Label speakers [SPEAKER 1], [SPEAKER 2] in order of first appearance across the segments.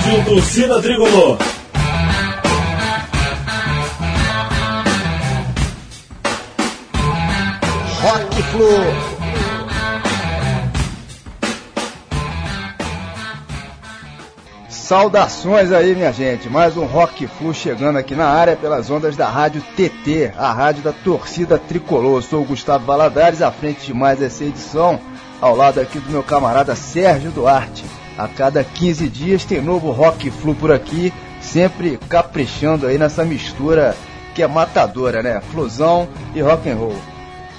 [SPEAKER 1] Rádio Torcida Tricolor.
[SPEAKER 2] Rock Flu. Saudações aí, minha gente. Mais um Rock Flu chegando aqui na área pelas ondas da Rádio TT, a rádio da Torcida Tricolor. Eu sou o Gustavo Valadares, à frente de mais essa edição, ao lado aqui do meu camarada Sérgio Duarte. A cada 15 dias tem novo Rock Flu por aqui, sempre caprichando aí nessa mistura que é matadora, né? Flusão e rock and roll.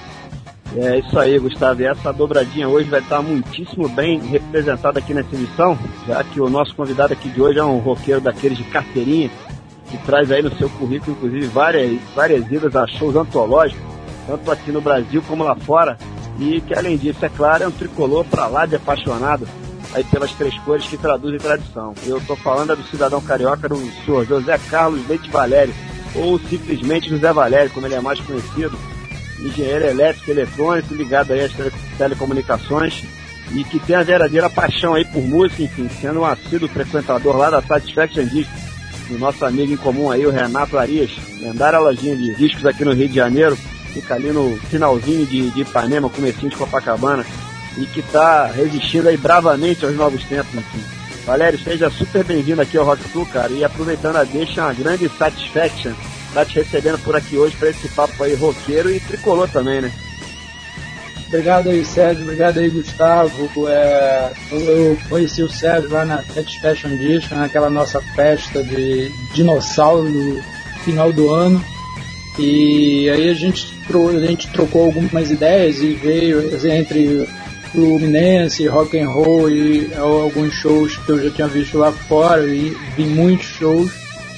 [SPEAKER 3] É isso aí, Gustavo. E essa dobradinha hoje vai estar muitíssimo bem representada aqui nessa edição, já que o nosso convidado aqui de hoje é um roqueiro daqueles de carteirinha, que traz aí no seu currículo, inclusive, várias idas a shows antológicos, tanto aqui no Brasil como lá fora, e que, além disso, é claro, é um tricolor pra lá de apaixonado aí pelas três cores que traduzem tradição. Eu estou falando do cidadão carioca, do senhor José Carlos Leite Valério, ou simplesmente José Valério, como ele é mais conhecido, engenheiro elétrico, eletrônico, ligado aí às telecomunicações, e que tem a verdadeira paixão aí por música, enfim, sendo um assíduo frequentador lá da Satisfaction Disc, do nosso amigo em comum aí, o Renato Arias, lendária lojinha de discos aqui no Rio de Janeiro, fica ali no finalzinho de Ipanema, comecinho de Copacabana, e que está resistindo aí bravamente aos novos tempos, enfim. Valério, seja super bem-vindo aqui ao Rock Flu, cara, e aproveitando a deixa, uma grande Satisfaction tá te recebendo por aqui hoje para esse papo aí roqueiro e tricolor também, né?
[SPEAKER 4] Obrigado aí, Sérgio, obrigado aí, Gustavo. Eu conheci o Sérgio lá na Satisfaction Disc, naquela nossa festa de dinossauro no final do ano, e aí a gente trocou algumas ideias e veio entre Fluminense, rock and roll e alguns shows que eu já tinha visto lá fora, e vi muitos shows,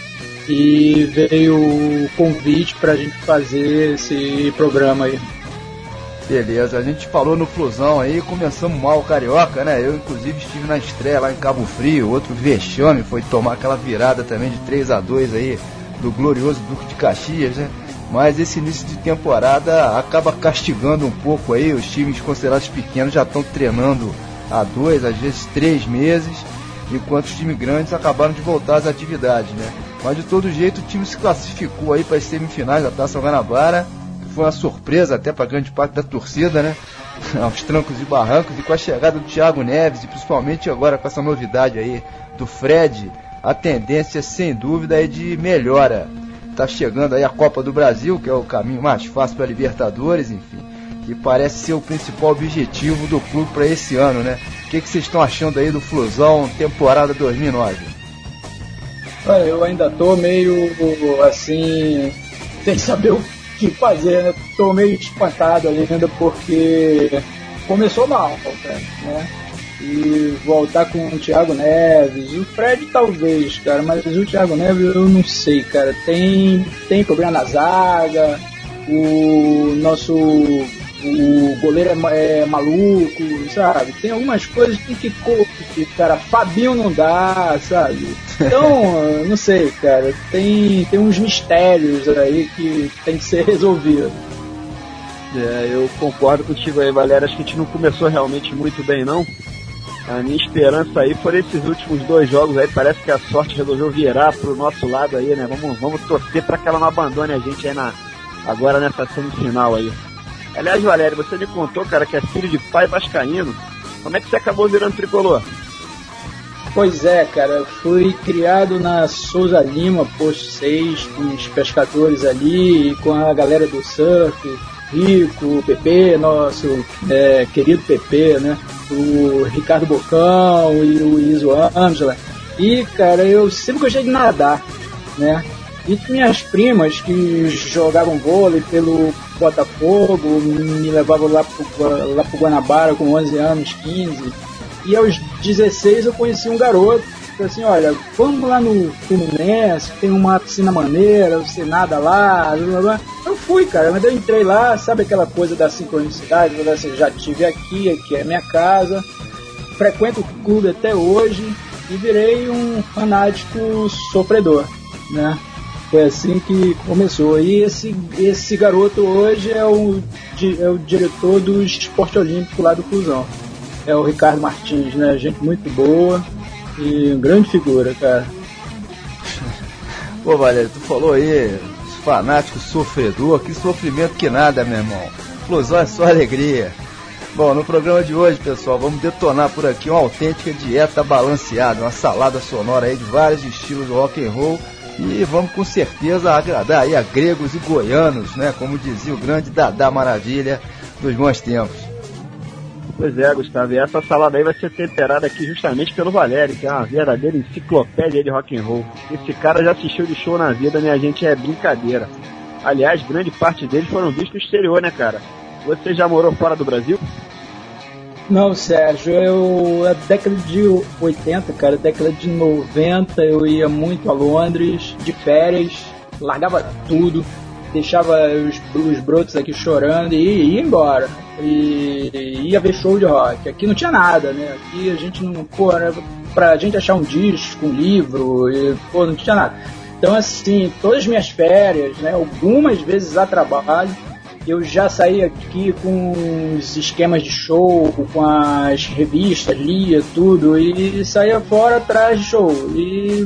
[SPEAKER 4] e veio o convite pra gente fazer esse programa aí.
[SPEAKER 2] Beleza, a gente falou no Flusão aí, começamos mal o Carioca, né? Eu inclusive estive na estreia lá em Cabo Frio, outro vexame foi tomar aquela virada também de 3-2 aí do glorioso Duque de Caxias, né? Mas esse início de temporada acaba castigando um pouco aí, os times considerados pequenos já estão treinando há 2, às vezes 3 meses, enquanto os times grandes acabaram de voltar às atividades, né? Mas de todo jeito o time se classificou aí para as semifinais da Taça Guanabara, que foi uma surpresa até para grande parte da torcida, né? Aos trancos e barrancos, e com a chegada do Thiago Neves, e principalmente agora com essa novidade aí do Fred, a tendência sem dúvida é de melhora. Tá chegando aí a Copa do Brasil, que é o caminho mais fácil para a Libertadores, enfim, que parece ser o principal objetivo do clube para esse ano, né? O que vocês estão achando aí do Flusão, temporada 2009?
[SPEAKER 4] Olha, eu ainda tô meio assim, sem saber o que fazer, né? Tô meio espantado ainda porque começou mal, cara, né? E voltar com o Thiago Neves, o Fred talvez, cara, mas o Thiago Neves eu não sei, cara. Tem problema na zaga, o goleiro é maluco, sabe? Tem algumas coisas que cara, Fabinho não dá, sabe? Então, não sei, cara, tem uns mistérios aí que tem que ser resolvido.
[SPEAKER 3] Eu concordo contigo aí, Valério, acho que a gente não começou realmente muito bem, não. A minha esperança aí foram esses últimos 2 jogos aí, parece que a sorte resolveu virar pro nosso lado aí, né? Vamos torcer pra que ela não abandone a gente aí agora nessa semifinal aí. Aliás, Valério, você me contou, cara, que é filho de pai vascaíno. Como é que você acabou virando tricolor?
[SPEAKER 4] Pois é, cara, eu fui criado na Souza Lima, posto 6, com os pescadores ali, e com a galera do surf, Rico, o Pepe, nosso querido Pepe, né? O Ricardo Bocão e o Iso Ângela. E, cara, eu sempre gostei de nadar, né? E minhas primas que jogavam vôlei pelo Botafogo, me levavam lá pro Guanabara com 11 anos, 15. E aos 16 eu conheci um garoto. Falei assim, olha, vamos lá no Fluminense, tem uma piscina maneira, você nada lá, blá, blá. Eu fui, cara, mas eu entrei lá, sabe aquela coisa da sincronicidade, eu falei assim, já estive aqui é minha casa, frequento o clube até hoje e virei um fanático sofredor, né? Foi assim que começou. E esse garoto hoje é o diretor do esporte olímpico lá do Flusão. É o Ricardo Martins, né? Gente muito boa. E grande figura, cara.
[SPEAKER 2] Pô, Valério, tu falou aí, fanático sofredor, que sofrimento que nada, meu irmão. Flusão é só alegria. Bom, no programa de hoje, pessoal, vamos detonar por aqui uma autêntica dieta balanceada, uma salada sonora aí de vários estilos do rock and roll, e vamos com certeza agradar aí a gregos e goianos, né, como dizia o grande Dadá Maravilha dos bons tempos.
[SPEAKER 3] Pois é, Gustavo, e essa salada aí vai ser temperada aqui justamente pelo Valério, que é uma verdadeira enciclopédia de rock and roll. Esse cara já assistiu de show na vida, minha gente, é brincadeira. Aliás, grande parte deles foram vistos no exterior, né, cara? Você já morou fora do Brasil?
[SPEAKER 4] Não, Sérgio, a década de 80, cara, década de 90, eu ia muito a Londres, de férias, largava tudo, deixava os brotos aqui chorando e ia embora. E ia ver show de rock. Aqui não tinha nada, né? Aqui a gente não... Pô, né? Pra gente achar um disco, um livro, pô, não tinha nada. Então, assim, todas as minhas férias, né? Algumas vezes a trabalho, eu já saía aqui com os esquemas de show, com as revistas, lia tudo e saía fora atrás de show. E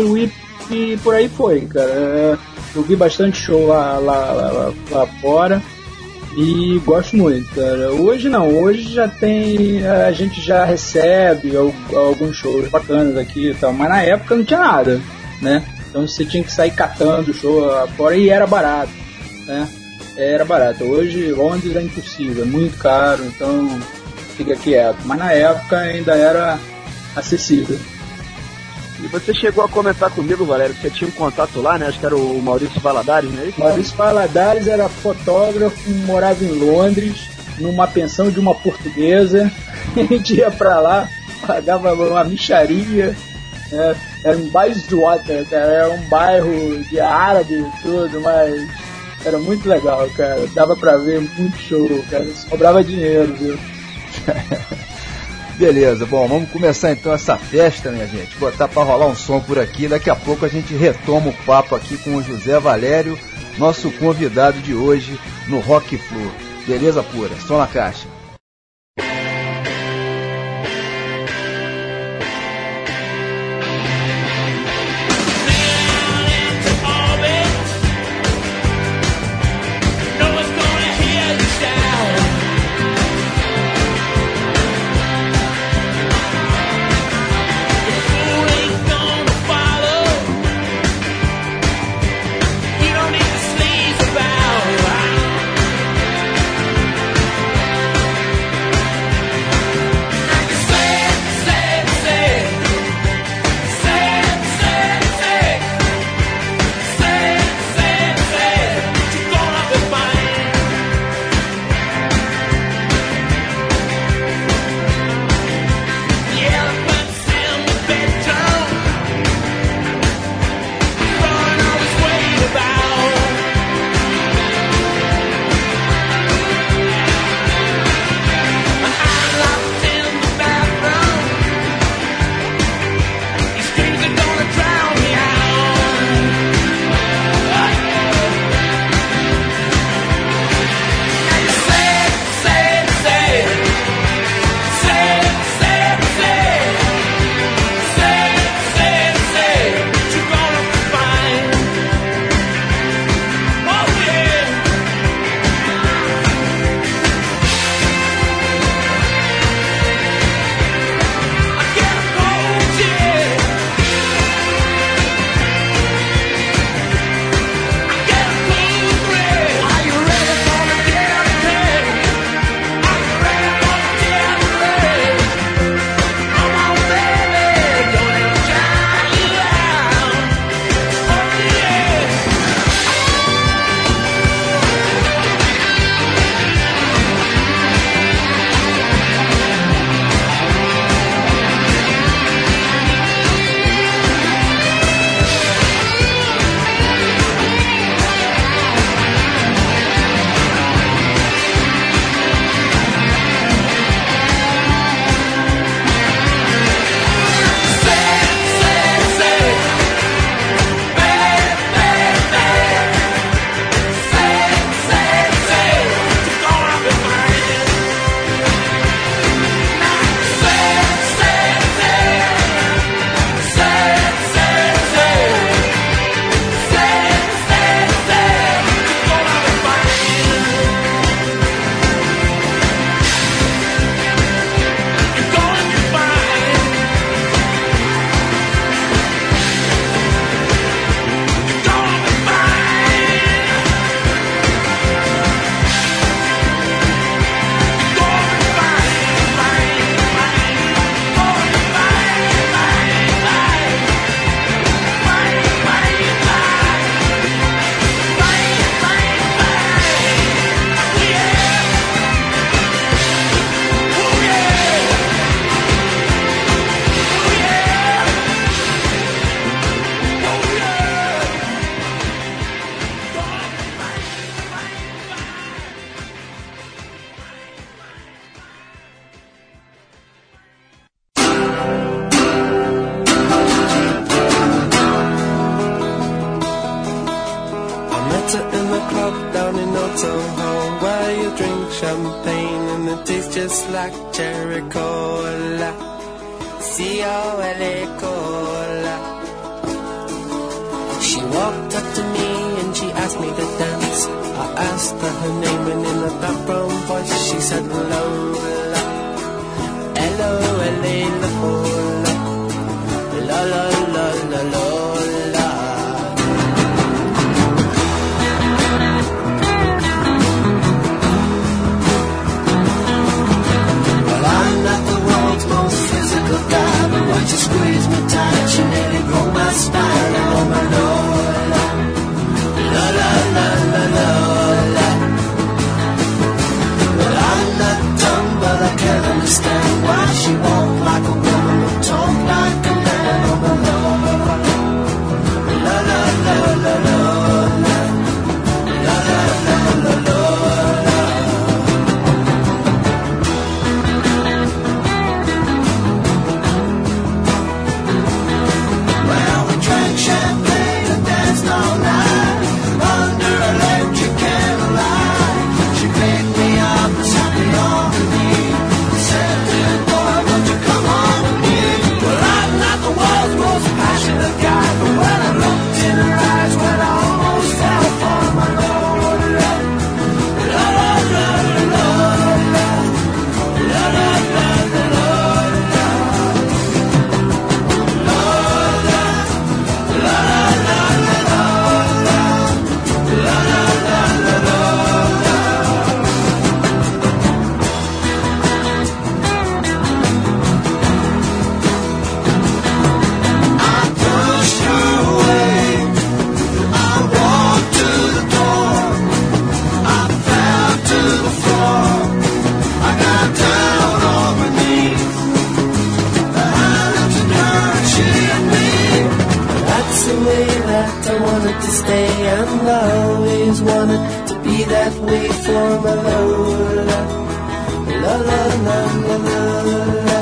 [SPEAKER 4] por aí foi, cara. Eu vi bastante show lá fora. E gosto muito, cara. Hoje não, hoje já tem, a gente já recebe alguns shows bacanas aqui e tal, mas na época não tinha nada, né? Então você tinha que sair catando o show fora e era barato, né? Era barato. Hoje Londres é impossível, é muito caro, então fica quieto. Mas na época ainda era acessível.
[SPEAKER 3] E você chegou a comentar comigo, Valério, que você tinha um contato lá, né? Acho que era o Maurício Valadares, não é isso?
[SPEAKER 4] Maurício Valadares era fotógrafo, morava em Londres, numa pensão de uma portuguesa. A gente ia pra lá, pagava uma mixaria. Né? Era em Bayswater, cara, era um bairro de árabe e tudo, mas era muito legal, cara. Dava pra ver muito show, cara. Sobrava dinheiro, viu?
[SPEAKER 2] Beleza, bom, vamos começar então essa festa, minha gente. Botar pra rolar um som por aqui. Daqui a pouco a gente retoma o papo aqui com o José Valério, nosso convidado de hoje no Rock Flu. Beleza pura, som na caixa.
[SPEAKER 1] drink champagne and it tastes just like cherry cola. C-O-L-A cola. She walked up to me and she asked me to dance. I asked her her name and in a dark brown voice she said Lola. L-O-L-A Lola. La la la la Lola. Well, I'm not the world's most physical guy, but once you squeeze me tight, you nearly broke my spine. Oh my Lola. La la la la Lola. Well, I'm not dumb, but I can't understand why she walk like a woman and talk like a man. Oh my Lola. La la la la Lola. La la la la Lola. Well, we drank champagne and danced all night under electric candlelight. She picked me up and sat me on her knee. Said, "Dear boy, won't you come home with me?" Well, I'm not the world's most passionate guy, but when I looked in her eyes, when I almost fell for my Lola. La la la la Lola. La la la la Lola. Lola. La la la la Lola. La la la la Lola. I pushed her away. I walked to the door. I fell to the floor. I got down on my knees. I looked at her and she at me. That's the way that I wanted to stay, and I always wanted to be that way for my Lola. La la la la la.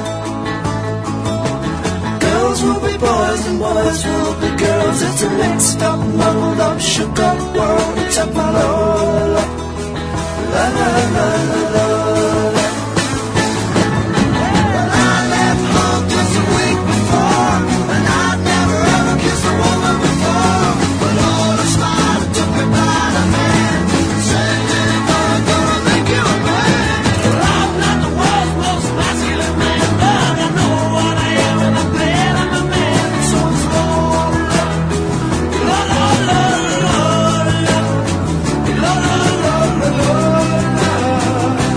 [SPEAKER 1] Girls will be boys and boys will be girls. It's a mixed up, muddled up, shook up world except my Lola. La la la la Lola. Well, I left home just a week before, and I'd never ever kissed a woman before. But Lola smiled and took me by the hand, said, "Dear boy, I'm gonna make you a man." Well, I'm not the world's most masculine man, but I know what I am and I'm glad I'm a man. So it's Lola. La la la la Lola. La la la la Lola.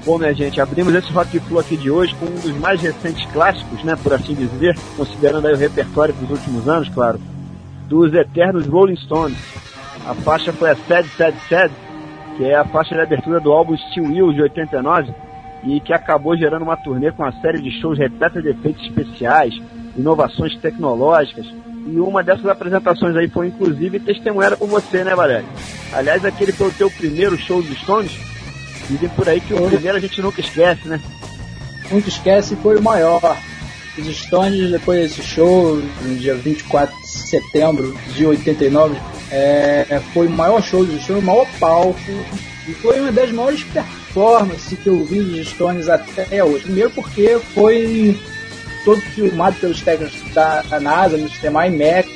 [SPEAKER 3] Bom, minha gente, abrimos esse Rock Flu aqui de hoje com um dos mais recentes clássicos, né, por assim dizer, considerando aí o repertório dos últimos anos, claro, dos eternos Rolling Stones. A faixa foi a Sad, Sad, Sad, que é a faixa de abertura do álbum Steel Wheels de 89, e que acabou gerando uma turnê com uma série de shows repleta de efeitos especiais, inovações tecnológicas, e uma dessas apresentações aí foi inclusive testemunhada por você, né, Valério? Aliás, aquele foi o teu primeiro show dos Stones. Dizem por aí que o primeiro a gente nunca esquece, né?
[SPEAKER 4] Nunca esquece, foi o maior. Os Stones, depois desse show, no dia 24 de setembro de 89, foi o maior show dos Stones, o maior palco, e foi uma das maiores performances que eu vi dos Stones até hoje. Primeiro porque foi todo filmado pelos técnicos da NASA, no sistema IMAX,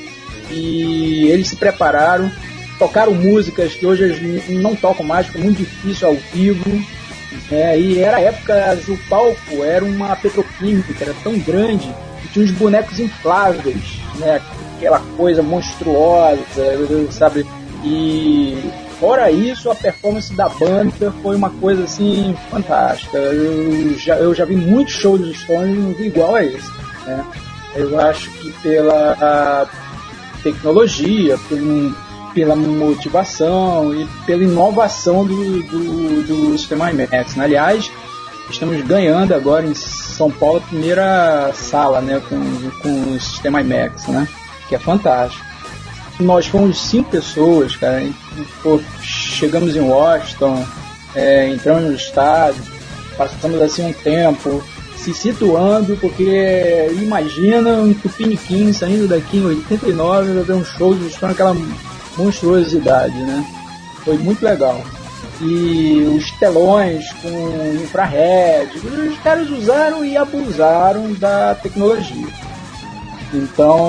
[SPEAKER 4] e eles se prepararam, tocaram músicas que hoje eles não tocam mais, foi muito difícil ao vivo, e era a época, o palco era uma petroquímica, era tão grande, que tinha uns bonecos infláveis, né, aquela coisa monstruosa, sabe, e fora isso, a performance da banda foi uma coisa assim fantástica. Eu já vi muitos shows dos Stones, não vi igual a esse, né? Eu acho que pela tecnologia, pela motivação e pela inovação do sistema IMAX. Aliás, estamos ganhando agora em São Paulo a primeira sala, né, com o sistema IMAX, né, que é fantástico. Nós fomos 5 pessoas, cara, chegamos em Washington, entramos no estádio, passamos assim um tempo se situando, porque imagina um Tupiniquim saindo daqui em 89 para ver um show de Stones, aquela monstruosidade, né? Foi muito legal. E os telões com infrared, os caras usaram e abusaram da tecnologia. Então,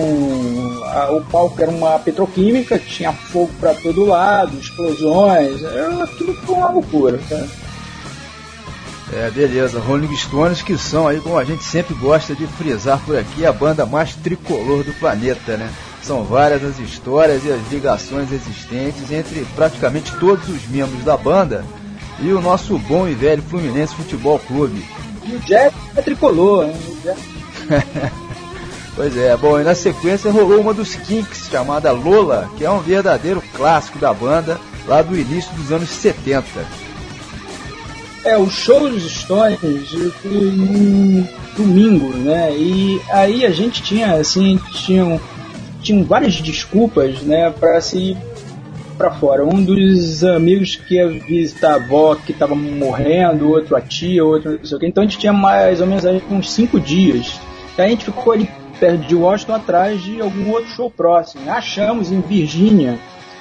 [SPEAKER 4] o palco era uma petroquímica, tinha fogo para todo lado, explosões, aquilo foi uma loucura, cara.
[SPEAKER 2] Beleza, Rolling Stones, que são aí, como a gente sempre gosta de frisar por aqui, a banda mais tricolor do planeta, né? São várias as histórias e as ligações existentes entre praticamente todos os membros da banda e o nosso bom e velho Fluminense Futebol Clube.
[SPEAKER 4] E o Jack é tricolor, né?
[SPEAKER 2] Pois é, bom, e na sequência rolou uma dos Kinks, chamada Lola, que é um verdadeiro clássico da banda, lá do início dos anos 70.
[SPEAKER 4] O show dos Stones foi num domingo, né, e aí a gente tinha, assim, tinham várias desculpas, né, para se ir pra fora. Um dos amigos que ia visitar a avó que estava morrendo, outro a tia, outro não sei o que, então a gente tinha mais ou menos aí, uns 5 dias. Aí a gente ficou ali perto de Washington, atrás de algum outro show próximo. Achamos em Virgínia,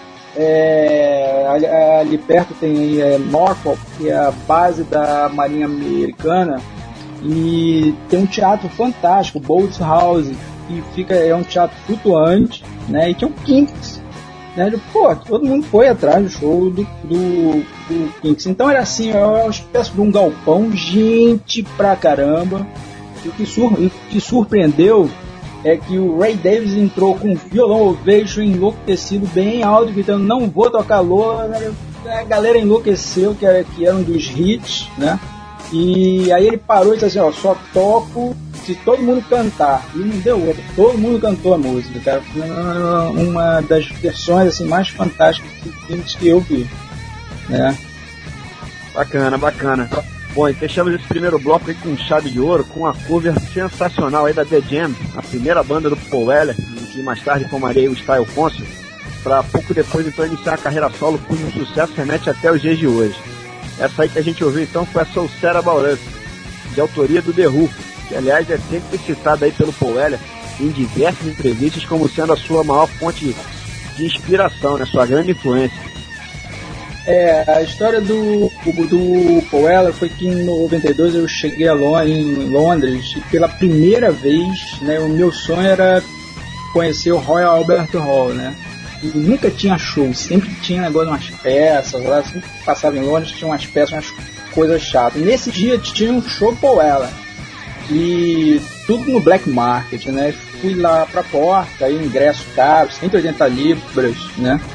[SPEAKER 4] ali perto tem Norfolk, que é a base da Marinha Americana, e tem um teatro fantástico, Boat House, que é um teatro flutuante, né, e tinha um Kinks, né, todo mundo foi atrás do show do Kinks. Então era assim, uma espécie de um galpão, gente pra caramba. E o que surpreendeu é que o Ray Davies entrou com violão Ovation enlouquecido bem alto, gritando, não vou tocar Lola. A galera enlouqueceu, que era um dos hits, né? E aí ele parou e disse assim, só toco se todo mundo cantar. E não deu outra, todo mundo cantou a música, cara. Foi uma das versões assim, mais fantásticas que eu vi, né?
[SPEAKER 3] Bacana. Bom, e fechamos esse primeiro bloco aí com chave de ouro, com a cover sensacional aí da The Jam, a primeira banda do Paul Weller, que mais tarde formaria o Style Council, para pouco depois então iniciar a carreira solo, cujo sucesso remete até os dias de hoje. Essa aí que a gente ouviu então foi a So Sad About Us, de autoria do The Who, que aliás é sempre citada aí pelo Paul Weller em diversas entrevistas como sendo a sua maior fonte de inspiração, né, sua grande influência.
[SPEAKER 4] A história do Paul Weller foi que em 92 eu cheguei em Londres e pela primeira vez, né, o meu sonho era conhecer o Royal Albert Hall, né? E nunca tinha show, sempre tinha negócio de umas peças, lá, sempre que passava em Londres tinha umas peças, umas coisas chatas. Nesse dia tinha um show do Paul Weller e tudo no black market, né? Fui lá pra porta, aí ingresso caro, 180 libras, né?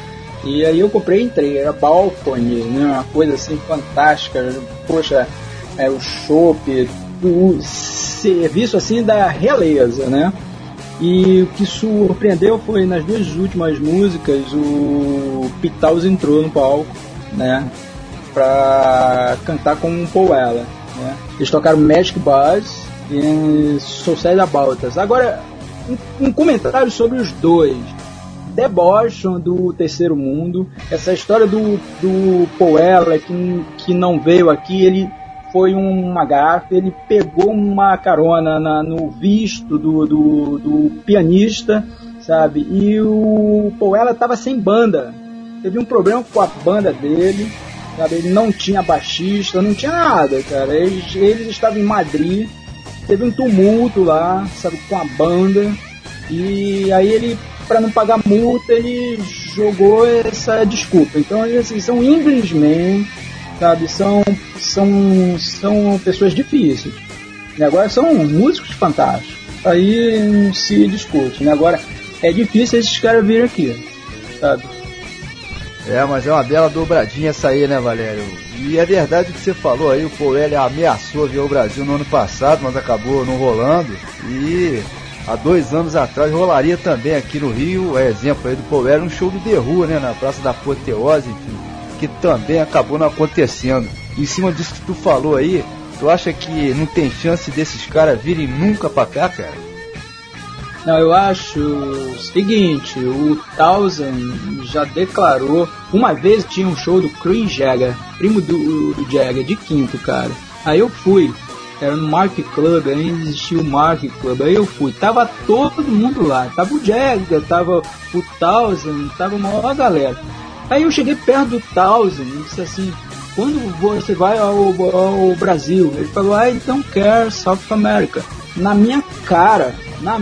[SPEAKER 4] E aí eu comprei e entrei, era Balcony, né? Uma coisa assim fantástica. Poxa, o chopp, o serviço assim da realeza, né? E o que surpreendeu foi nas duas últimas músicas o Pete Townshend entrou no palco, né? Pra cantar com o Paul Weller, né? Eles tocaram Magic Buzz e So Sad About Us. Agora, um comentário sobre os dois. Debocham do terceiro mundo. Essa história do Paul Weller que não veio aqui, ele foi uma gafe, ele pegou uma carona no visto do pianista, sabe? E o Paul Weller estava sem banda. Teve um problema com a banda dele, sabe? Ele não tinha baixista, não tinha nada, cara. Eles estavam em Madrid, teve um tumulto lá, sabe, com a banda. E aí ele, para não pagar multa, ele jogou essa desculpa. Então, assim, são Englishmen, sabe? São pessoas difíceis. E agora são músicos fantásticos. Aí não se discute. Né? Agora é difícil esses caras virem aqui, sabe?
[SPEAKER 2] Mas é uma bela dobradinha essa aí, né, Valério? E é verdade o que você falou aí, o Paul Weller ameaçou vir ao Brasil no ano passado, mas acabou não rolando. E há 2 anos atrás rolaria também aqui no Rio, exemplo aí do Paul Weller, um show do The Who, né, na Praça da Apoteose, enfim, que também acabou não acontecendo. Em cima disso que tu falou aí, tu acha que não tem chance desses caras virem nunca pra cá, cara?
[SPEAKER 4] Não, eu acho o seguinte, o Townshend já declarou, uma vez tinha um show do Chris Jagger, primo do Jagger, de quinto, cara. Aí eu fui, era no Mark Club, ainda existia o Mark Club, aí eu fui, tava todo mundo lá, tava o Jagger, tava o Townshend, tava uma maior galera. Aí eu cheguei perto do Townshend e disse assim, quando você vai ao Brasil? Ele falou, I don't care, South America. Na minha cara.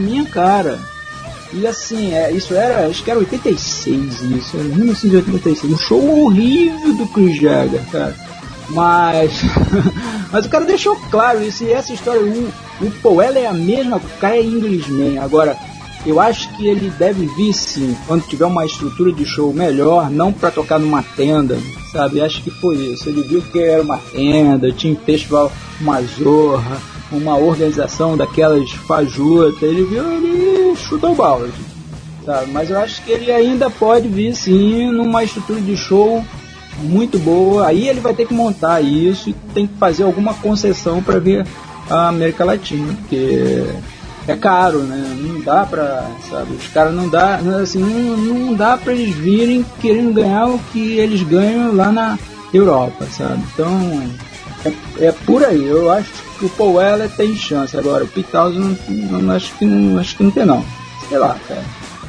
[SPEAKER 4] E assim, isso era, acho que era 86 isso, era 1986, um show horrível do Chris Jagger, cara. Mas o cara deixou claro isso, e essa história, o Paul Weller é a mesma, o cara é Englishman. Agora, eu acho que ele deve vir sim, quando tiver uma estrutura de show melhor, não para tocar numa tenda, sabe? Acho que foi isso, ele viu que era uma tenda, tinha um festival, uma zorra, uma organização daquelas fajutas, ele chutou o balde, sabe? Mas eu acho que ele ainda pode vir sim numa estrutura de show muito boa. Aí ele vai ter que montar isso e tem que fazer alguma concessão para vir a América Latina, porque é caro, né? Não dá pra, sabe? Os caras não dá, assim, não dá pra eles virem querendo ganhar o que eles ganham lá na Europa, sabe? Então é por aí. Eu acho que o Paul Weller tem chance. Agora o Pete Townshend acho que não tem não. Sei lá, cara.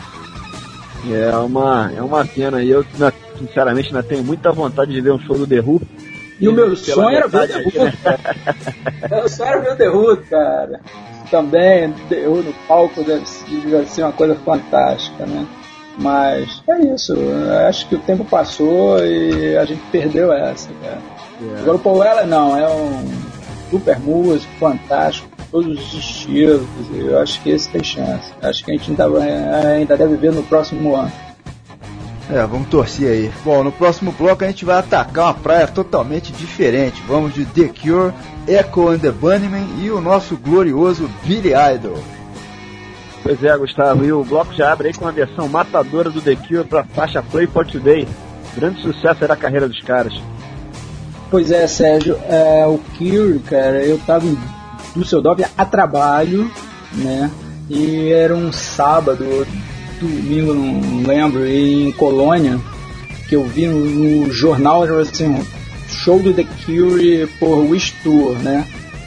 [SPEAKER 3] É uma pena. E eu sinceramente ainda tenho muita vontade de ver um show do The Who.
[SPEAKER 4] E o meu sonho era ver o The Who,
[SPEAKER 3] né?
[SPEAKER 4] Meu sonho era ver o The Who, cara. Também, The Who no palco deve ser uma coisa fantástica, né? Mas é isso. Eu acho que o tempo passou e a gente perdeu essa, cara. Agora o Paul Weller não, é um super músico, fantástico, todos os estilos. Eu acho que esse tem chance. Acho que a gente ainda deve ver no próximo ano.
[SPEAKER 2] Vamos torcer aí. Bom, no próximo bloco a gente vai atacar uma praia totalmente diferente. Vamos de The Cure, Echo and the Bunnymen e o nosso glorioso Billy Idol.
[SPEAKER 3] Pois é, Gustavo, e o bloco já abre aí com a versão matadora do The Cure para a faixa Play for Today. Grande sucesso era a carreira dos caras.
[SPEAKER 4] Pois é, Sérgio, o Cure, cara, eu tava em Düsseldorf a trabalho, né? E era um sábado, domingo, não lembro, em Colônia, que eu vi no jornal, assim, show do The Cure por Wish Tour, né?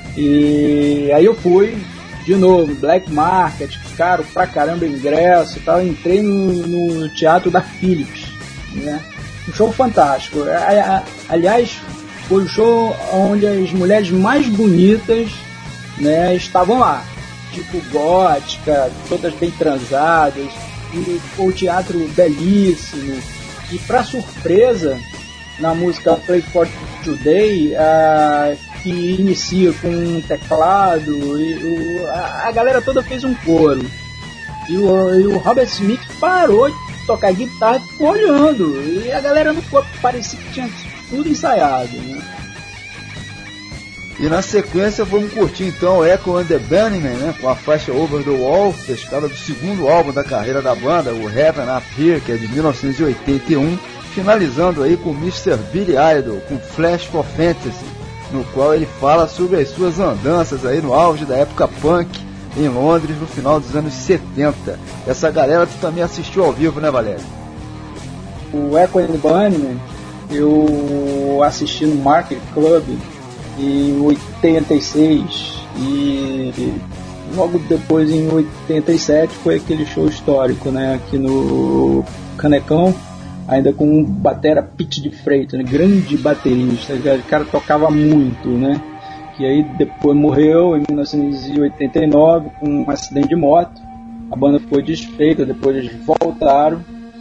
[SPEAKER 4] E aí eu fui, de novo, Black Market, caro pra caramba ingresso e tal, entrei no teatro da Philips, né? Um show fantástico. Aliás, foi o show onde as mulheres mais bonitas, né, estavam lá, tipo gótica, todas bem transadas, e foi um teatro belíssimo. E para surpresa, na música Play for Today, que inicia com um teclado, e a galera toda fez um coro. E o Robert Smith parou tocar guitarra e ficou olhando. E a galera no corpo parecia que tinha tudo ensaiado, né?
[SPEAKER 2] E na sequência vamos curtir então Echo and the Bunnymen, né, com a faixa Over the Wall, pescada do segundo álbum da carreira da banda, o Heaven Up Here, que é de 1981, finalizando aí com Mr. Billy Idol, com Flash for Fantasy, no qual ele fala sobre as suas andanças aí no auge da época punk em Londres no final dos anos 70. Essa galera tu também assistiu ao vivo, né, Valério?
[SPEAKER 4] O Echo and the Bunnymen eu assisti no Market Club em 86 e logo depois em 87 foi aquele show histórico, né, aqui no Canecão, ainda com o batera Pete de Freitas, né, grande baterista, o cara tocava muito, né, que aí depois morreu em 1989 com um acidente de moto, a banda foi desfeita, depois eles voltaram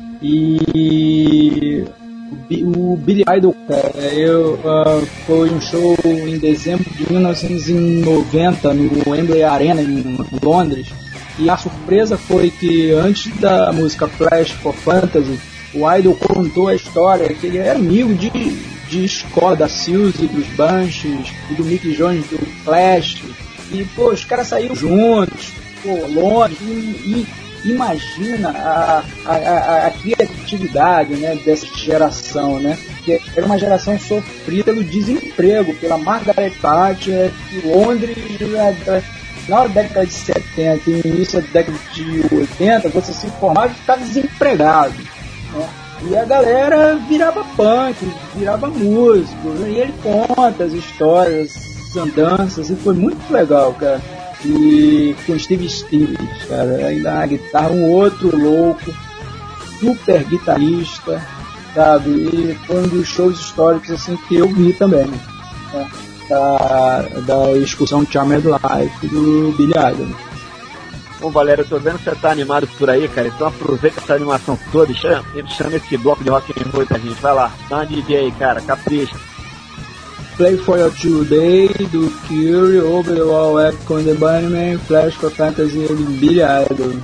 [SPEAKER 4] e o Billy Idol, foi um show em dezembro de 1990 no Wembley Arena em Londres, e a surpresa foi que antes da música Flash for Fantasy, o Idol contou a história que ele era amigo de escola da Suzy, dos Banshees e do Mick Jones do Flash, e pô, os caras saíram juntos, pô, Londres, e imagina a criatividade, né, dessa geração, né, que era uma geração sofrida pelo desemprego, pela Margaret Thatcher, que Londres, na década de 70 e início da década de 80, você se formava e ficava desempregado, né, e a galera virava punk, virava músico, né, e ele conta as histórias, as andanças, e foi muito legal, cara. E com Steve Stevens, cara, ainda na guitarra, um outro louco, super guitarrista, sabe? E foi um dos shows históricos assim que eu vi também, né? Da excursão Charmed Life do Billy Idol.
[SPEAKER 3] Bom, Valério, eu tô vendo que você tá animado por aí, cara, então aproveita essa animação toda e chama esse bloco de rock and roll pra gente, vai lá, dá uma DJ aí, cara, capricha.
[SPEAKER 4] Play for Your Today, do Cure, Over the Wall, Echo and the Bunnymen, Flash for Fantasy e Billy Idol.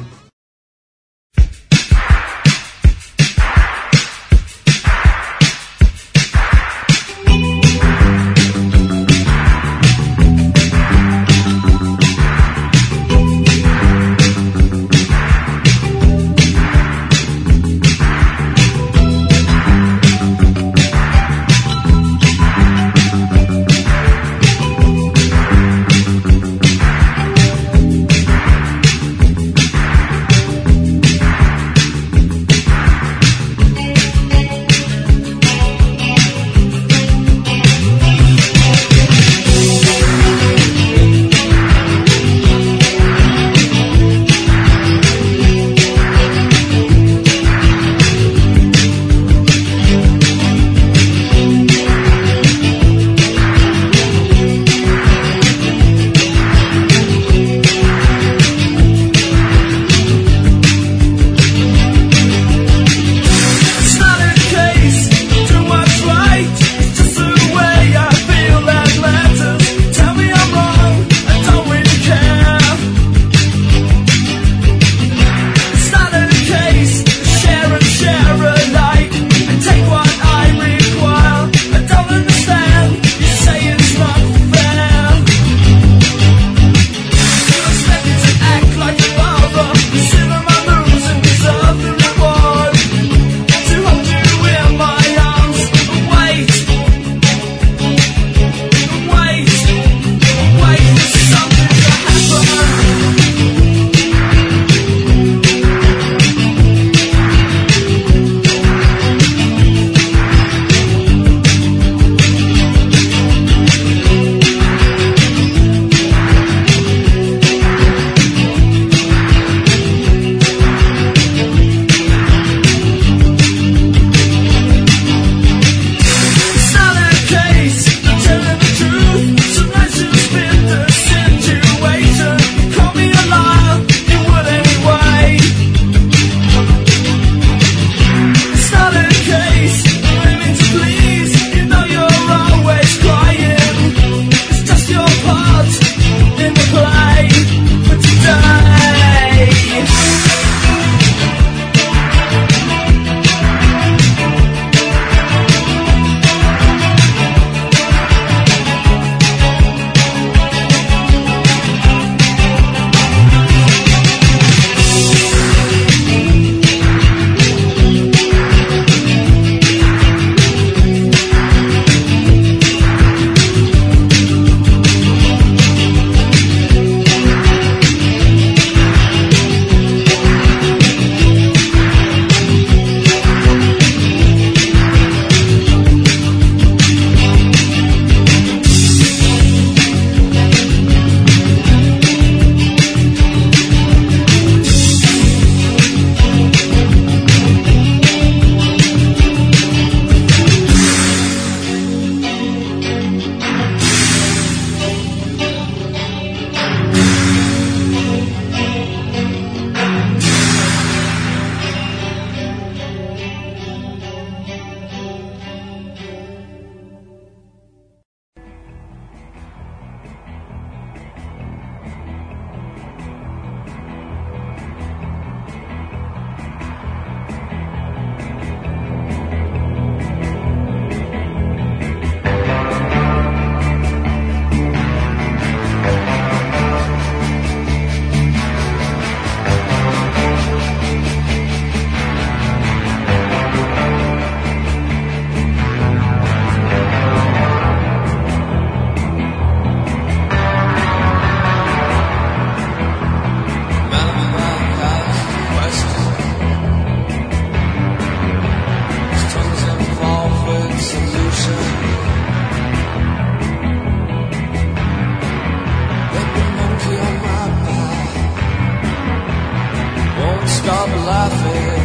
[SPEAKER 1] stop laughing.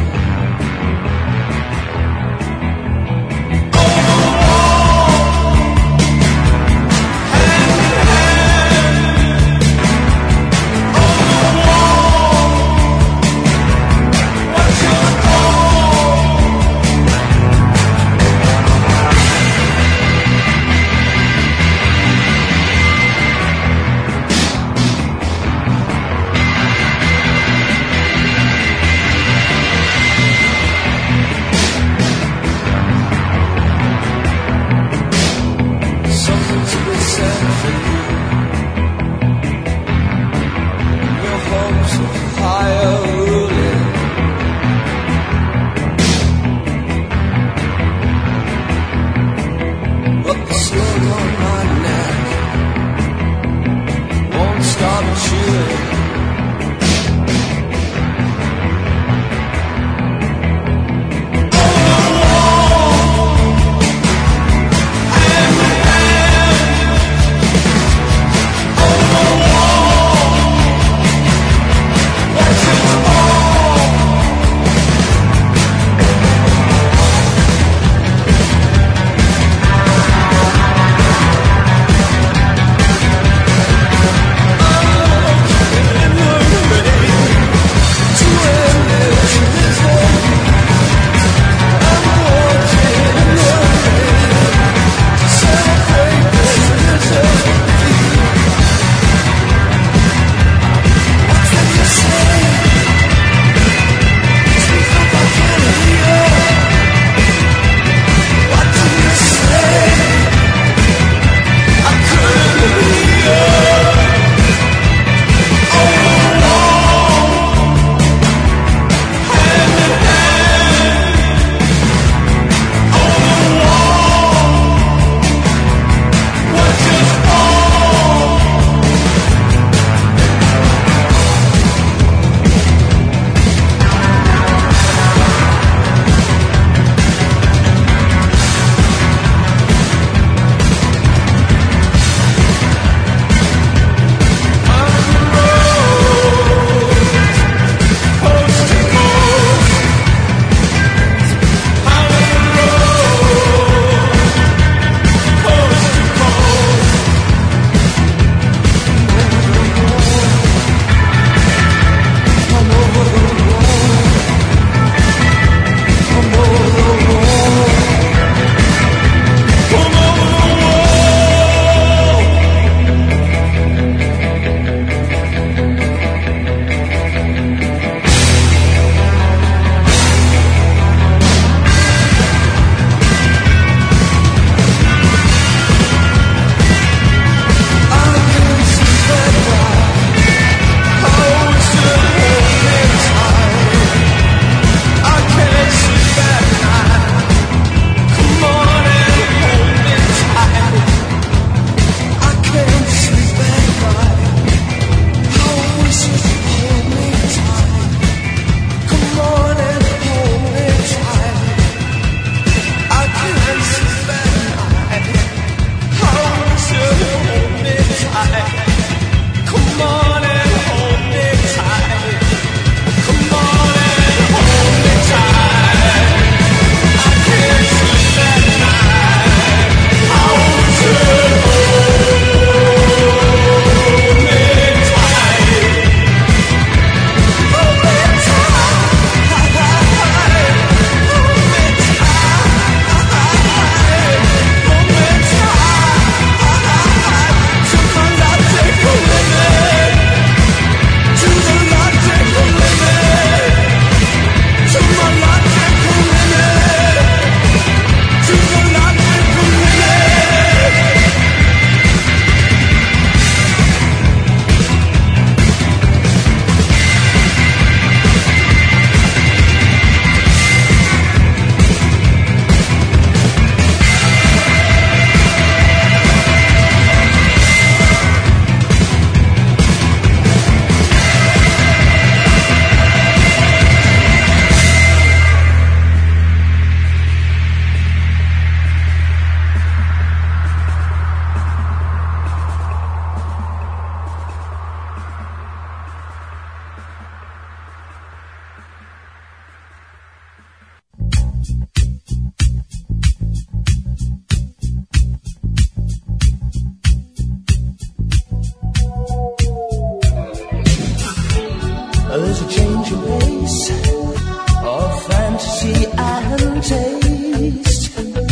[SPEAKER 1] there's a change in pace of fantasy and taste.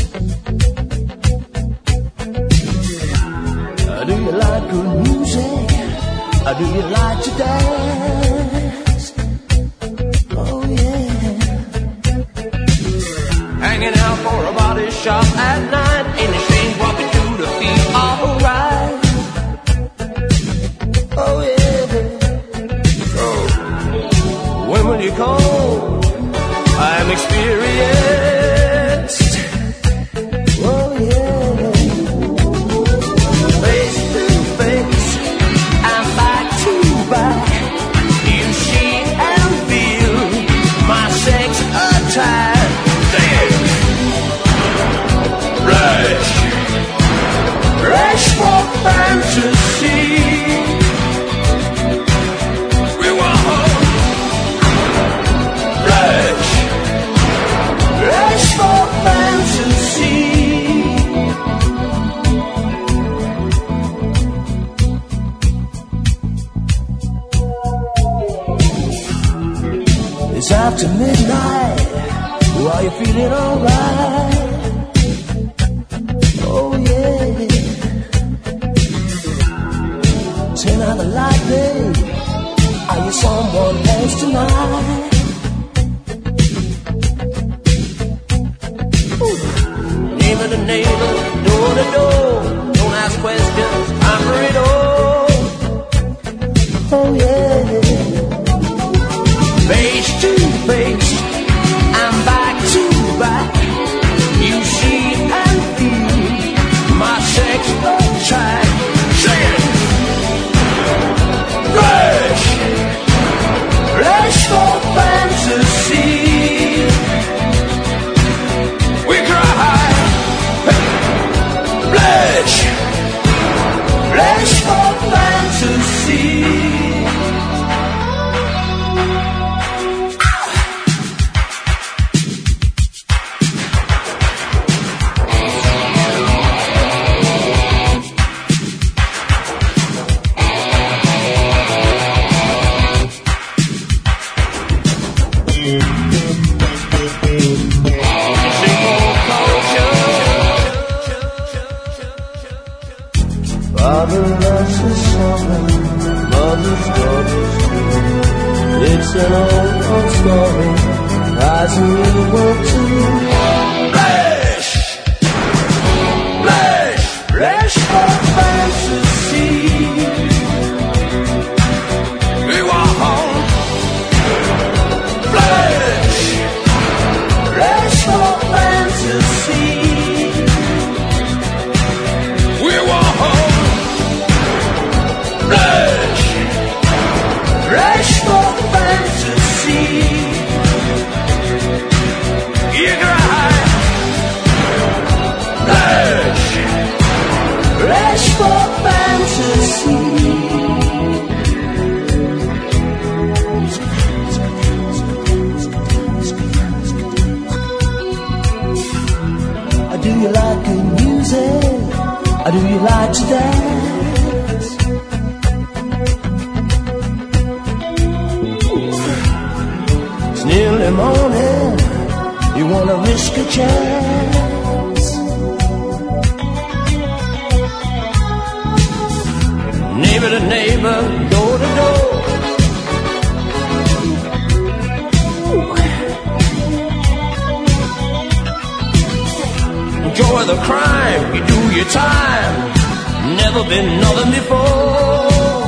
[SPEAKER 1] Do you like good music? Do you like to dance? Oh yeah. Hanging out for a body shop at night. Ain't it strange what we do to feel alright? Oh yeah. So when will you come? I'm experienced. Oh yeah. Face to face, I'm back to back. You see and feel my sex attack. Rush, rush for fantasy. We want rush, rush for fantasy. It's after midnight. Are you feeling alright? Oh yeah. Turn out the light, babe. Are you someone else tonight? Ooh. Neighbor to neighbor, door to door. Don't ask questions, I'm for it all. Oh yeah. Face to face, I'm back to back. You see and feel my sex attack. Sing it! Rush! Rush for fantasy. We cry. Rush! Rush for fantasy. Father loves his son, mother's daughter's too. It's an old story, rising in the world too. Flash! Flash! Flash for fantasy. We want home. Flash! Flash for fantasy. We want home. Rush, rush for fantasy. You cry. Rush, rush for fantasy. Do you like good music? Do you like to dance? It's nearly morning. You wanna risk a chance? Neighbor to neighbor, door to door. Enjoy the crime, you do your time. Never been nothing before.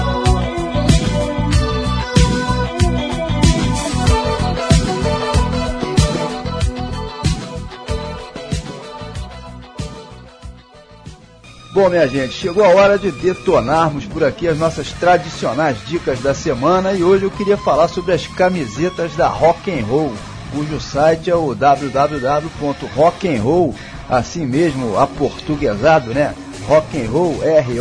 [SPEAKER 2] Bom, minha gente, chegou a hora de detonarmos por aqui as nossas tradicionais dicas da semana e hoje eu queria falar sobre as camisetas da Rock and Roll, cujo site é o www.rockandroll, assim mesmo aportuguesado, né? Rockandroll,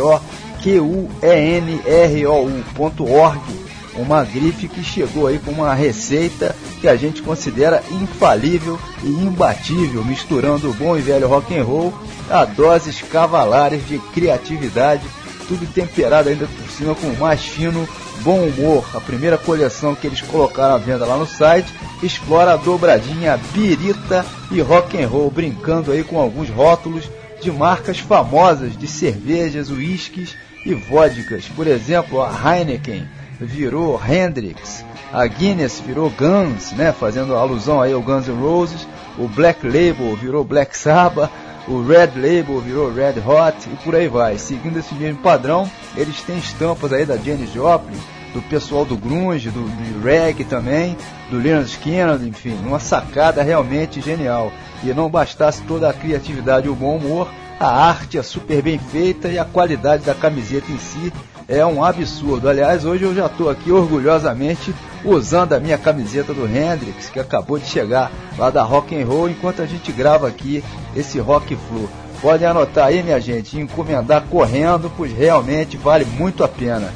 [SPEAKER 2] ROQUENROU.org, uma grife que chegou aí com uma receita que a gente considera infalível e imbatível, misturando o bom e velho rock and roll a doses cavalares de criatividade, tudo temperado ainda por cima com o mais fino Bom Humor, a primeira coleção que eles colocaram à venda lá no site, explora a dobradinha birita e rock and roll, brincando aí com alguns rótulos de marcas famosas de cervejas, uísques e vodkas. Por exemplo, a Heineken virou Hendrix, a Guinness virou Guns, né, fazendo alusão aí ao Guns N' Roses, o Black Label virou Black Sabbath, o Red Label virou Red Hot e por aí vai. Seguindo esse mesmo padrão, eles têm estampas aí da Janis Joplin, do pessoal do grunge, do reggae também, do Lynyrd Skynyrd, enfim, uma sacada realmente genial. E não bastasse toda a criatividade e o bom humor, a arte é super bem feita e a qualidade da camiseta em si é um absurdo. Aliás, hoje eu já estou aqui orgulhosamente usando a minha camiseta do Hendrix, que acabou de chegar lá da Rock and Roll, enquanto a gente grava aqui esse Rock Flu. Podem anotar aí, minha gente, e encomendar correndo, pois realmente vale muito a pena.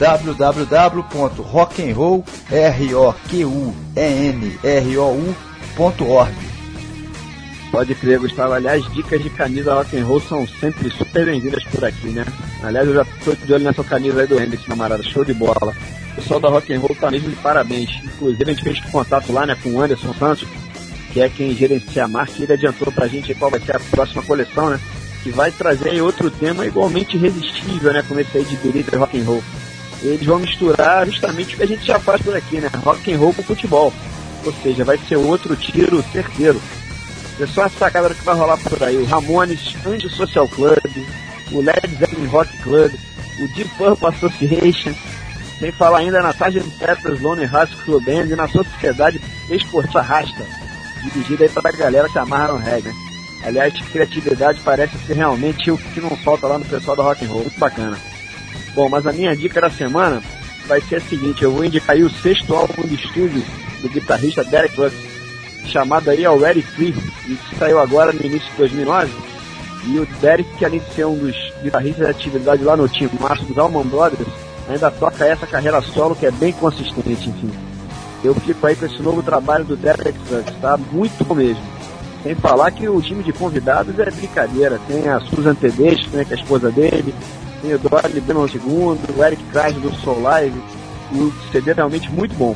[SPEAKER 2] www.rocknroll.org.
[SPEAKER 3] Pode crer, Gustavo. Aliás, dicas de camisa rock and roll são sempre super bem-vindas por aqui, né? Aliás, eu já tô de olho nessa camisa aí do Hendrix, camarada. Show de bola. O pessoal da Rock and Roll tá mesmo de parabéns. Inclusive, a gente fez contato lá, né, com o Anderson Santos, que é quem gerencia a marca, e ele adiantou pra gente qual vai ser a próxima coleção, né? Que vai trazer aí outro tema igualmente irresistível, né? Como esse aí de birita e rock and roll. Eles vão misturar justamente o que a gente já faz por aqui, né? Rock and roll com futebol. Ou seja, vai ser outro tiro certeiro. É só a sacada que vai rolar por aí. O Ramones Anti-Social Club, o Led Zeppelin Rock Club, o Deep Purple Association, sem falar ainda na Sgt. Pepper's Lonely Hearts Club Band e na Sociedade Esportiva Rasta, dirigida aí para a galera que amarra no reggae, né? Aliás, criatividade parece ser realmente o que não falta lá no pessoal da Rock and Roll. Muito bacana. Bom, mas a minha dica da semana vai ser a seguinte: eu vou indicar aí o 6º álbum de estúdio do guitarrista Derek Trucks, chamado aí Already Free, e que saiu agora no início de 2009. E o Derek, que além de ser um dos guitarristas de atividade lá no time Márcio dos Allman Brothers, ainda toca essa carreira solo que é bem consistente, enfim. Eu fico aí com esse novo trabalho do Derek Trucks, tá? Muito bom mesmo. Sem falar que o time de convidados é brincadeira. Tem a Susan Tedesco, né, que é a esposa dele, tem o Dolly Brennan II, o Eric Kreis do Soul Live, e o CD é realmente muito bom.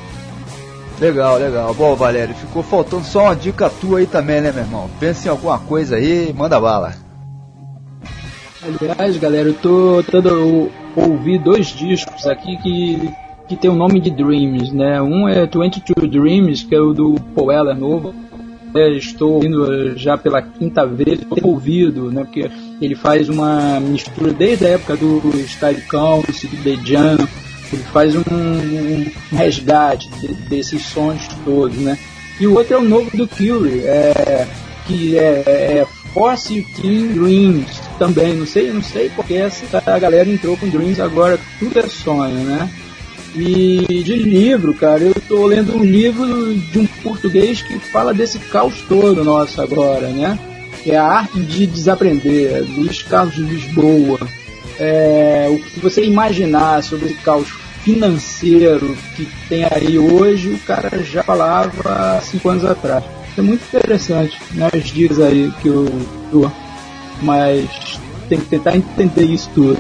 [SPEAKER 2] Legal, legal. Bom, Valério, ficou faltando só uma dica tua aí também, né, meu irmão? Pensa em alguma coisa aí, manda bala.
[SPEAKER 4] Aliás, galera, eu tô tentando ouvir 2 discos aqui que tem o nome de Dreams, né? Um é 22 Dreams, que é o do Paul Weller novo. Estou ouvindo já pela 5ª vez, estou ouvido, né? Porque ele faz uma mistura desde a época do Style Council, do The Jam. Ele faz um resgate desses sons todos, né? E o outro é o novo do Cure, que é Force Teen Dreams também. Não sei porque a galera entrou com Dreams agora, tudo é sonho, né? E de livro, cara, eu tô lendo um livro de um português que fala desse caos todo nosso agora, né? É A Arte de Desaprender, Luiz Carlos de Lisboa. O que você imaginar sobre esse caos financeiro que tem aí hoje, o cara já falava há 5 anos atrás. É muito interessante, né, os dias aí que eu tô, mas tem que tentar entender isso tudo.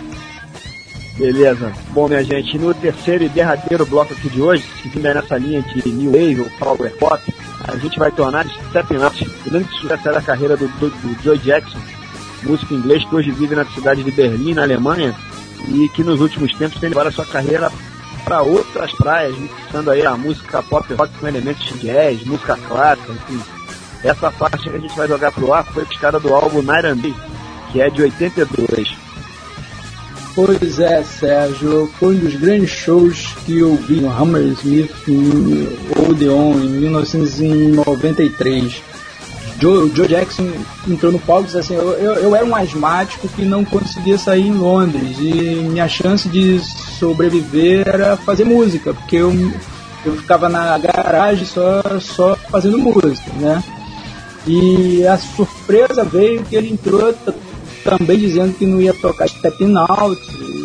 [SPEAKER 3] Beleza. Bom, minha gente, no terceiro e derradeiro bloco aqui de hoje, seguindo aí nessa linha de New Wave ou Power Pop, a gente vai tornar Stepping Up, o grande sucesso da carreira do Joe Jackson, músico inglês que hoje vive na cidade de Berlim, na Alemanha, e que nos últimos tempos tem levado a sua carreira para outras praias, mixando aí a música pop rock com elementos de jazz, música clássica, enfim. Essa parte que a gente vai jogar pro ar foi piscada do álbum Night and Day, que é de 82.
[SPEAKER 4] Pois é, Sérgio, foi um dos grandes shows que eu vi no Hammersmith Odeon em 1993. Joe Jackson entrou no palco e disse assim: eu era um asmático que não conseguia sair em Londres e minha chance de sobreviver era fazer música, porque eu ficava na garagem só fazendo música, né? E a surpresa veio que ele entrou também dizendo que não ia tocar Stepping Out,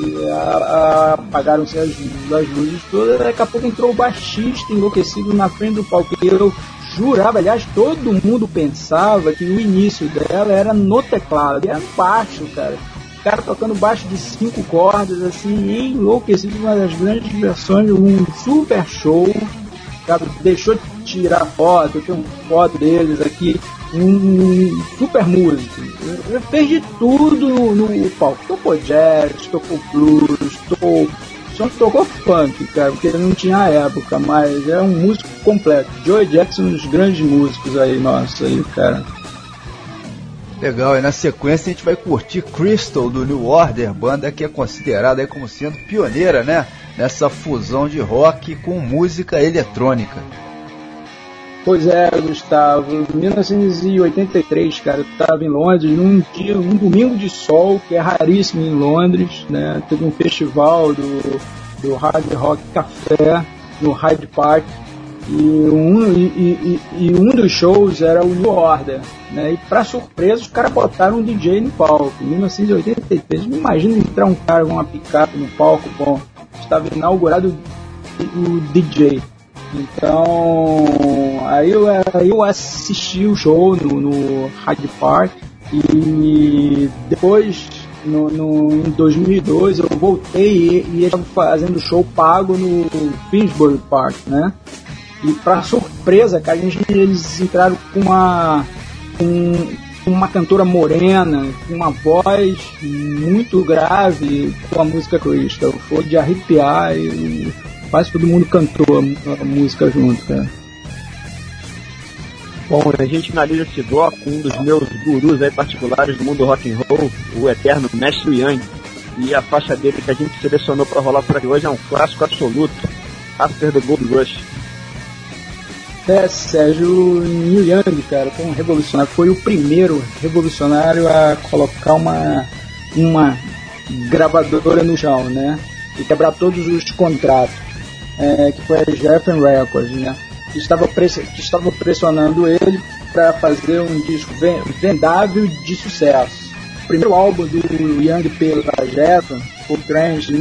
[SPEAKER 4] apagaram-se as luzes todas. Daqui a pouco entrou o baixista enlouquecido na frente do palco. E eu jurava, aliás, todo mundo pensava que o início dela era no teclado, era baixo, cara. cara tocando baixo de 5 cordas, assim, enlouquecido, uma das grandes versões de um super show. O cara deixou de tirar foto, eu tenho foto deles aqui, um super músico. Ele fez de tudo no palco. Tocou jazz, tocou blues, só tocou funk, cara, porque ele não tinha a época, mas é um músico completo. Joey Jackson, um dos grandes músicos aí, nossa, aí, cara.
[SPEAKER 2] Legal, e na sequência a gente vai curtir Crystal do New Order, banda que é considerada aí como sendo pioneira, né, nessa fusão de rock com música eletrônica.
[SPEAKER 4] Pois é, Gustavo, em 1983, cara, eu estava em Londres um domingo de sol, que é raríssimo em Londres, né? Teve um festival do Hard Rock Café no Hyde Park, e um dos shows era o New Order, né? E para surpresa os caras botaram um DJ no palco. Em 1983, me imagina entrar um cara com uma picape no palco. Bom, estava inaugurado o DJ. Então aí eu assisti o show no Hyde Park, e depois em 2002 eu voltei e estava fazendo show pago no Finsbury Park, né? E pra surpresa, cara, eles entraram com uma cantora morena, com uma voz muito grave, com a música Crystal. Foi de arrepiar e quase todo mundo cantou a música junto, cara.
[SPEAKER 3] Bom, a gente finaliza esse bloco com um dos meus gurus aí particulares do mundo rock and roll, o eterno Mestre Young. E a faixa dele que a gente selecionou para rolar por aqui hoje é um clássico absoluto, After the Gold Rush.
[SPEAKER 4] Sérgio, Neil Young, cara, foi um revolucionário, foi o primeiro revolucionário a colocar uma gravadora no chão, né? E quebrar todos os contratos, que foi a Geffen Records, né? Que estava pressionando ele para fazer um disco vendável de sucesso. O primeiro álbum do Young pela Geffen foi o Trance, em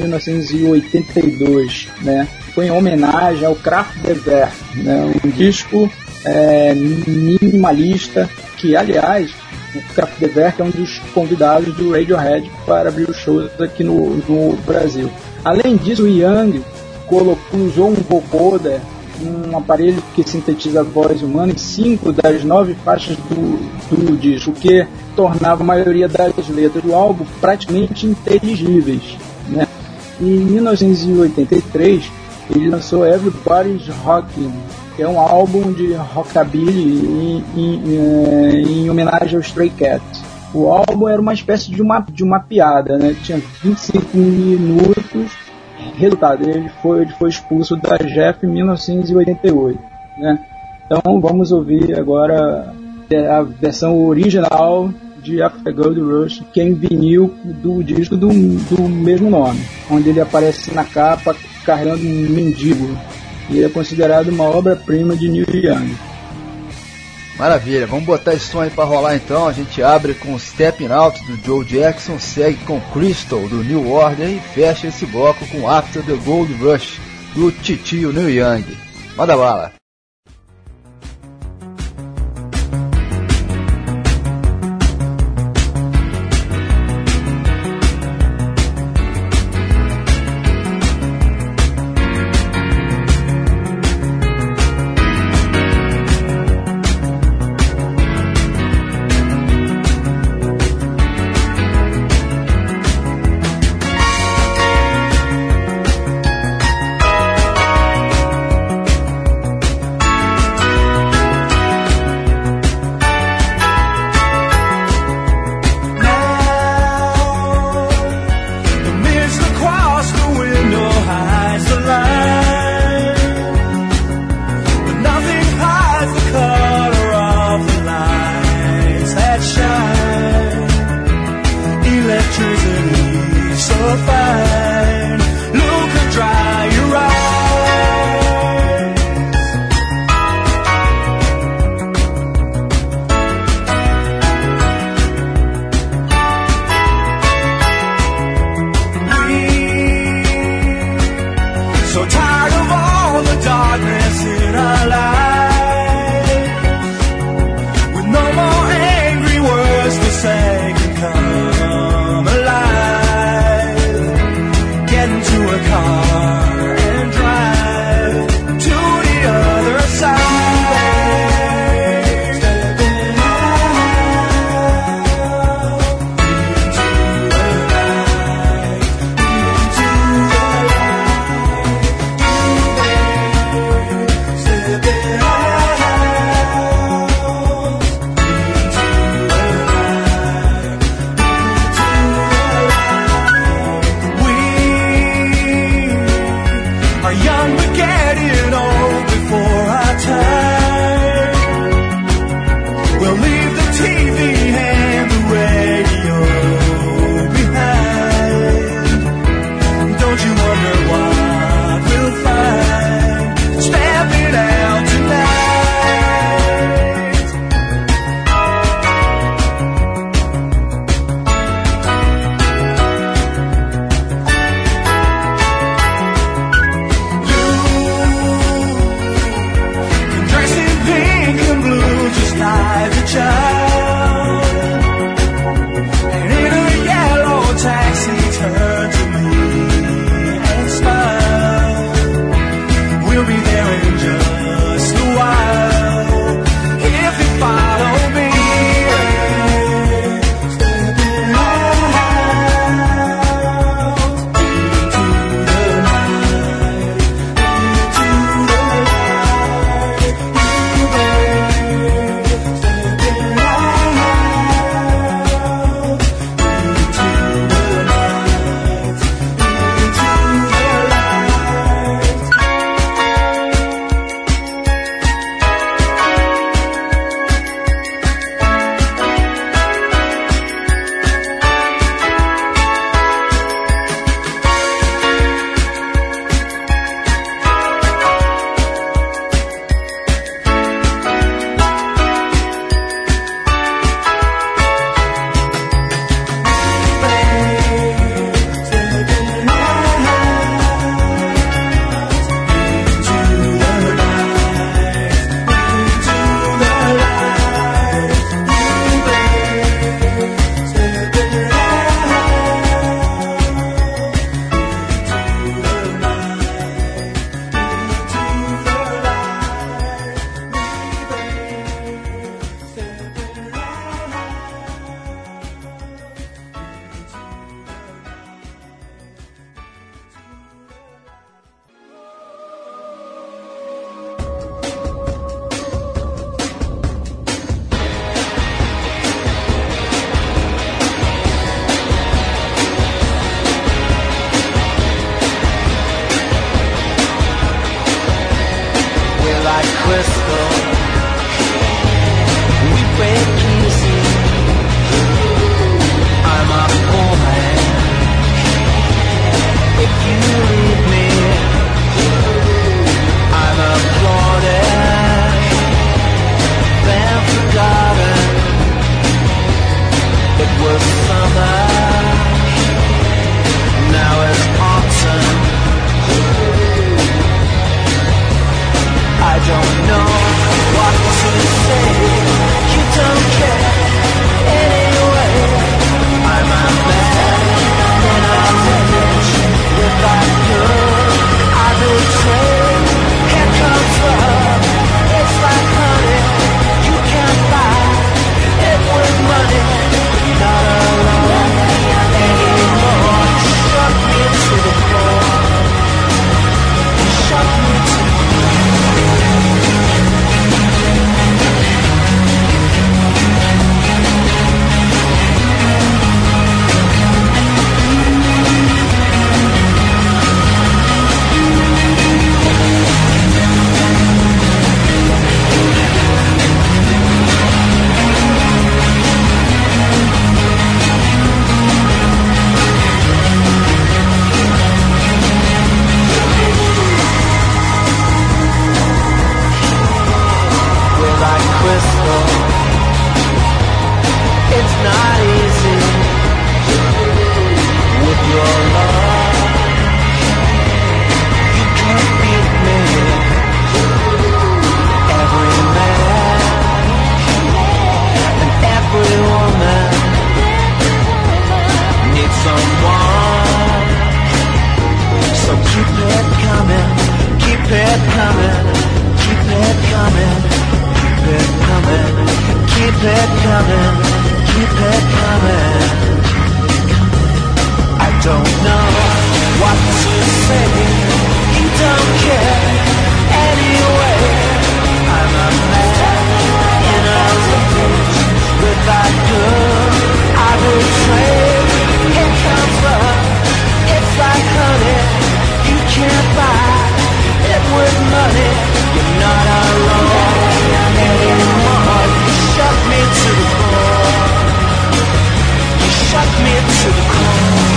[SPEAKER 4] 1982, né? Foi em homenagem ao Kraftwerk, né? Um disco minimalista, que aliás o Kraftwerk é um dos convidados do Radiohead para abrir os shows aqui no Brasil. Além disso, o Young usou um vocoder, um aparelho que sintetiza a voz humana, em 5 das 9 faixas do disco, o que tornava a maioria das letras do álbum praticamente inteligíveis, né? E em 1983 ele lançou Everybody's Rockin', que é um álbum de rockabilly em homenagem ao Stray Cats. O álbum era uma espécie de uma piada, né? Tinha 25 minutos. Resultado, ele foi expulso da Geffen em 1988, né? Então vamos ouvir agora a versão original de After Gold Rush, que é em vinil do disco do mesmo nome, onde ele aparece na capa carregando um mendigo, e é considerado uma obra-prima de Neil Young.
[SPEAKER 2] Maravilha, vamos botar esse som aí pra rolar então. A gente abre com Stepping Out do Joe Jackson, segue com Crystal do New Order e fecha esse bloco com After the Gold Rush do titio Neil Young. Manda bala!
[SPEAKER 1] Say, come alive. coming, keep it coming, keep it coming, keep it coming, keep it coming. I don't know what to say, you don't care anyway. I'm a man in a rage with that girl I betrayed. It comes rough, it's like honey, you can't buy it with money. You're not alone anymore. You shut me to the core. You shut me to the core.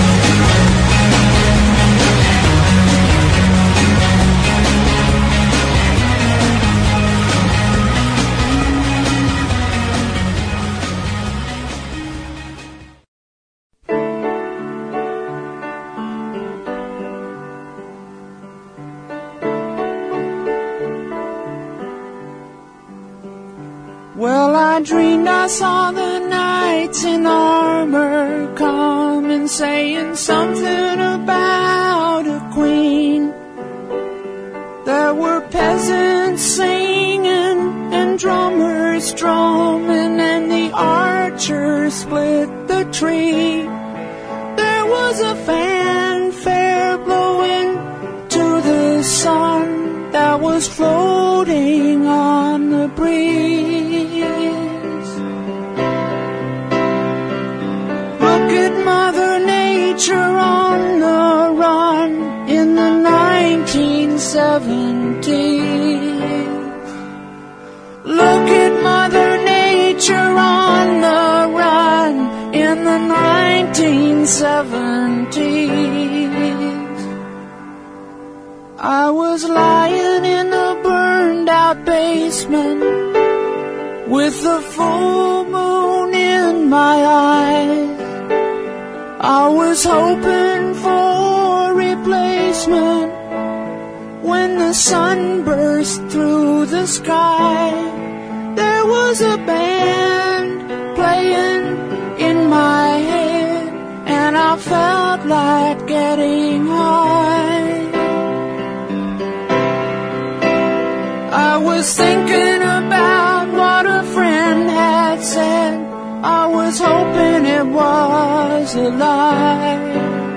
[SPEAKER 5] Well, I dreamed I saw the knights in armor coming, saying something about a queen. There were peasants singing and drummers drumming, and the archers split the tree. There was a fanfare blowing to the sun that was floating on the breeze. Look at Mother Nature on the run in the 1970s. Look at Mother Nature on the run in the 1970s. I was lying in a burned out basement with the full moon in my eyes. I was hoping for replacement when the sun burst through the sky. There was a band playing in my head, and I felt like getting high. I was thinking about what a friend had said. I was hoping it was a lie.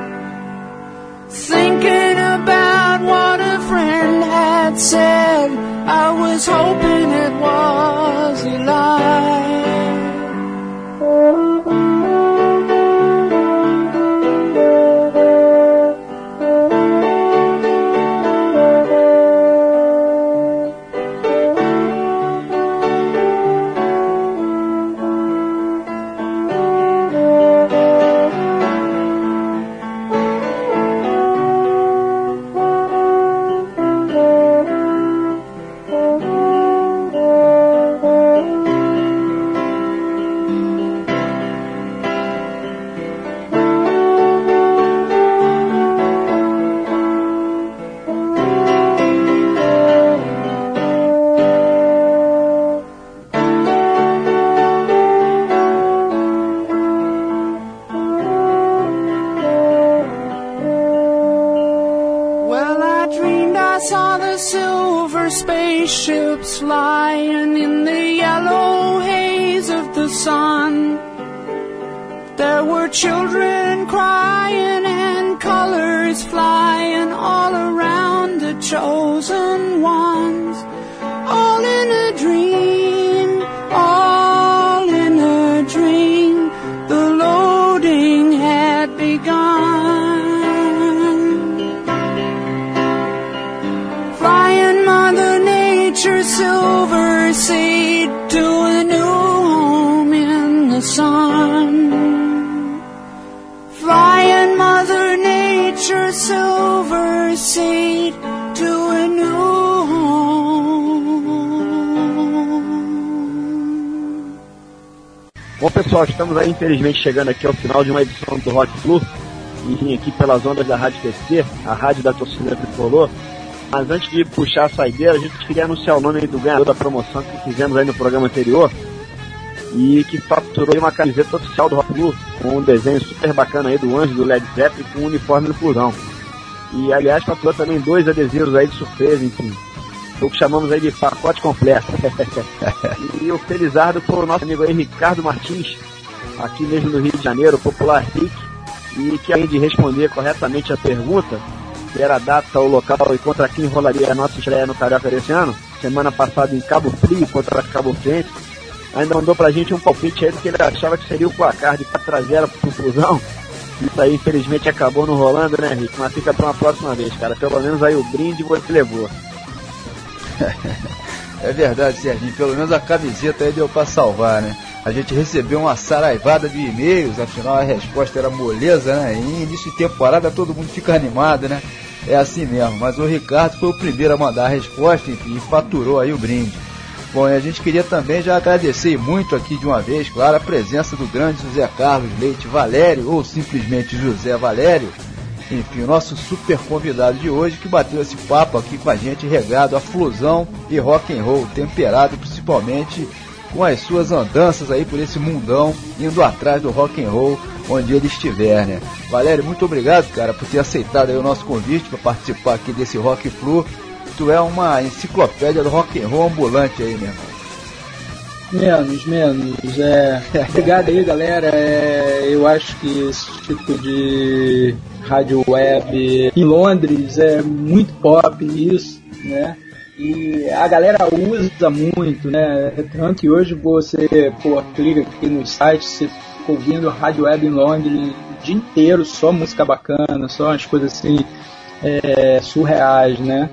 [SPEAKER 5] Thinking about what a friend had said. I was hoping it was a lie. Spaceships lying in the yellow haze of the sun. There were children crying and colors flying all around the chosen ones. All in a dream, all in a dream. The loading had begun. Flying Mother Nature silver seed to a new home in the sun. Flying Mother Nature silver seed to a new home.
[SPEAKER 3] Bom, pessoal, estamos aí infelizmente chegando aqui ao final de uma edição do Rock Flu. E vim aqui pelas ondas da Rádio TC, a rádio da torcida tricolor. Mas antes de puxar a saideira, a gente queria anunciar o nome aí do ganhador da promoção que fizemos aí no programa anterior e que faturou uma camiseta oficial do Rock Blue com um desenho super bacana aí do Anjo do Led Zeppelin com o uniforme do Flusão. E aliás faturou também 2 adesivos aí de surpresa, enfim. O que chamamos aí de pacote completo. E o Felizardo foi o nosso amigo aí Ricardo Martins, aqui mesmo no Rio de Janeiro, popular Rick, e que além de responder corretamente a pergunta, que era a data, o local e contra quem rolaria a nossa estreia no Carioca desse ano, semana passada em Cabo Frio contra Cabo Friense, ainda mandou pra gente um palpite aí do que ele achava que seria o placar de 4-0 pro Flusão. Isso aí infelizmente acabou não rolando, né, Rick? Mas fica pra uma próxima vez, cara. Pelo menos aí o brinde você levou.
[SPEAKER 2] É verdade, Serginho, pelo menos a camiseta aí deu pra salvar, né? A gente recebeu uma saraivada de e-mails, afinal a resposta era moleza, né? E início de temporada todo mundo fica animado, né? É assim mesmo, mas o Ricardo foi o primeiro a mandar a resposta e faturou aí o brinde. Bom, e a gente queria também já agradecer muito aqui de uma vez, claro, a presença do grande José Carlos Leite Valério, ou simplesmente José Valério, enfim, o nosso super convidado de hoje, que bateu esse papo aqui com a gente, regado a flusão e rock and roll, temperado principalmente com as suas andanças aí por esse mundão, indo atrás do rock and roll onde ele estiver, né? Valério, muito obrigado, cara, por ter aceitado aí o nosso convite para participar aqui desse Rock Flu. Tu é uma enciclopédia do rock and roll ambulante aí, meu irmão.
[SPEAKER 4] Menos. Obrigado aí, galera. Eu acho que esse tipo de rádio web em Londres é muito pop isso, né? E a galera usa muito, né? Tanto que hoje você clica aqui no site, você fica ouvindo rádio web em Londres o dia inteiro, só música bacana, só umas coisas assim surreais, né?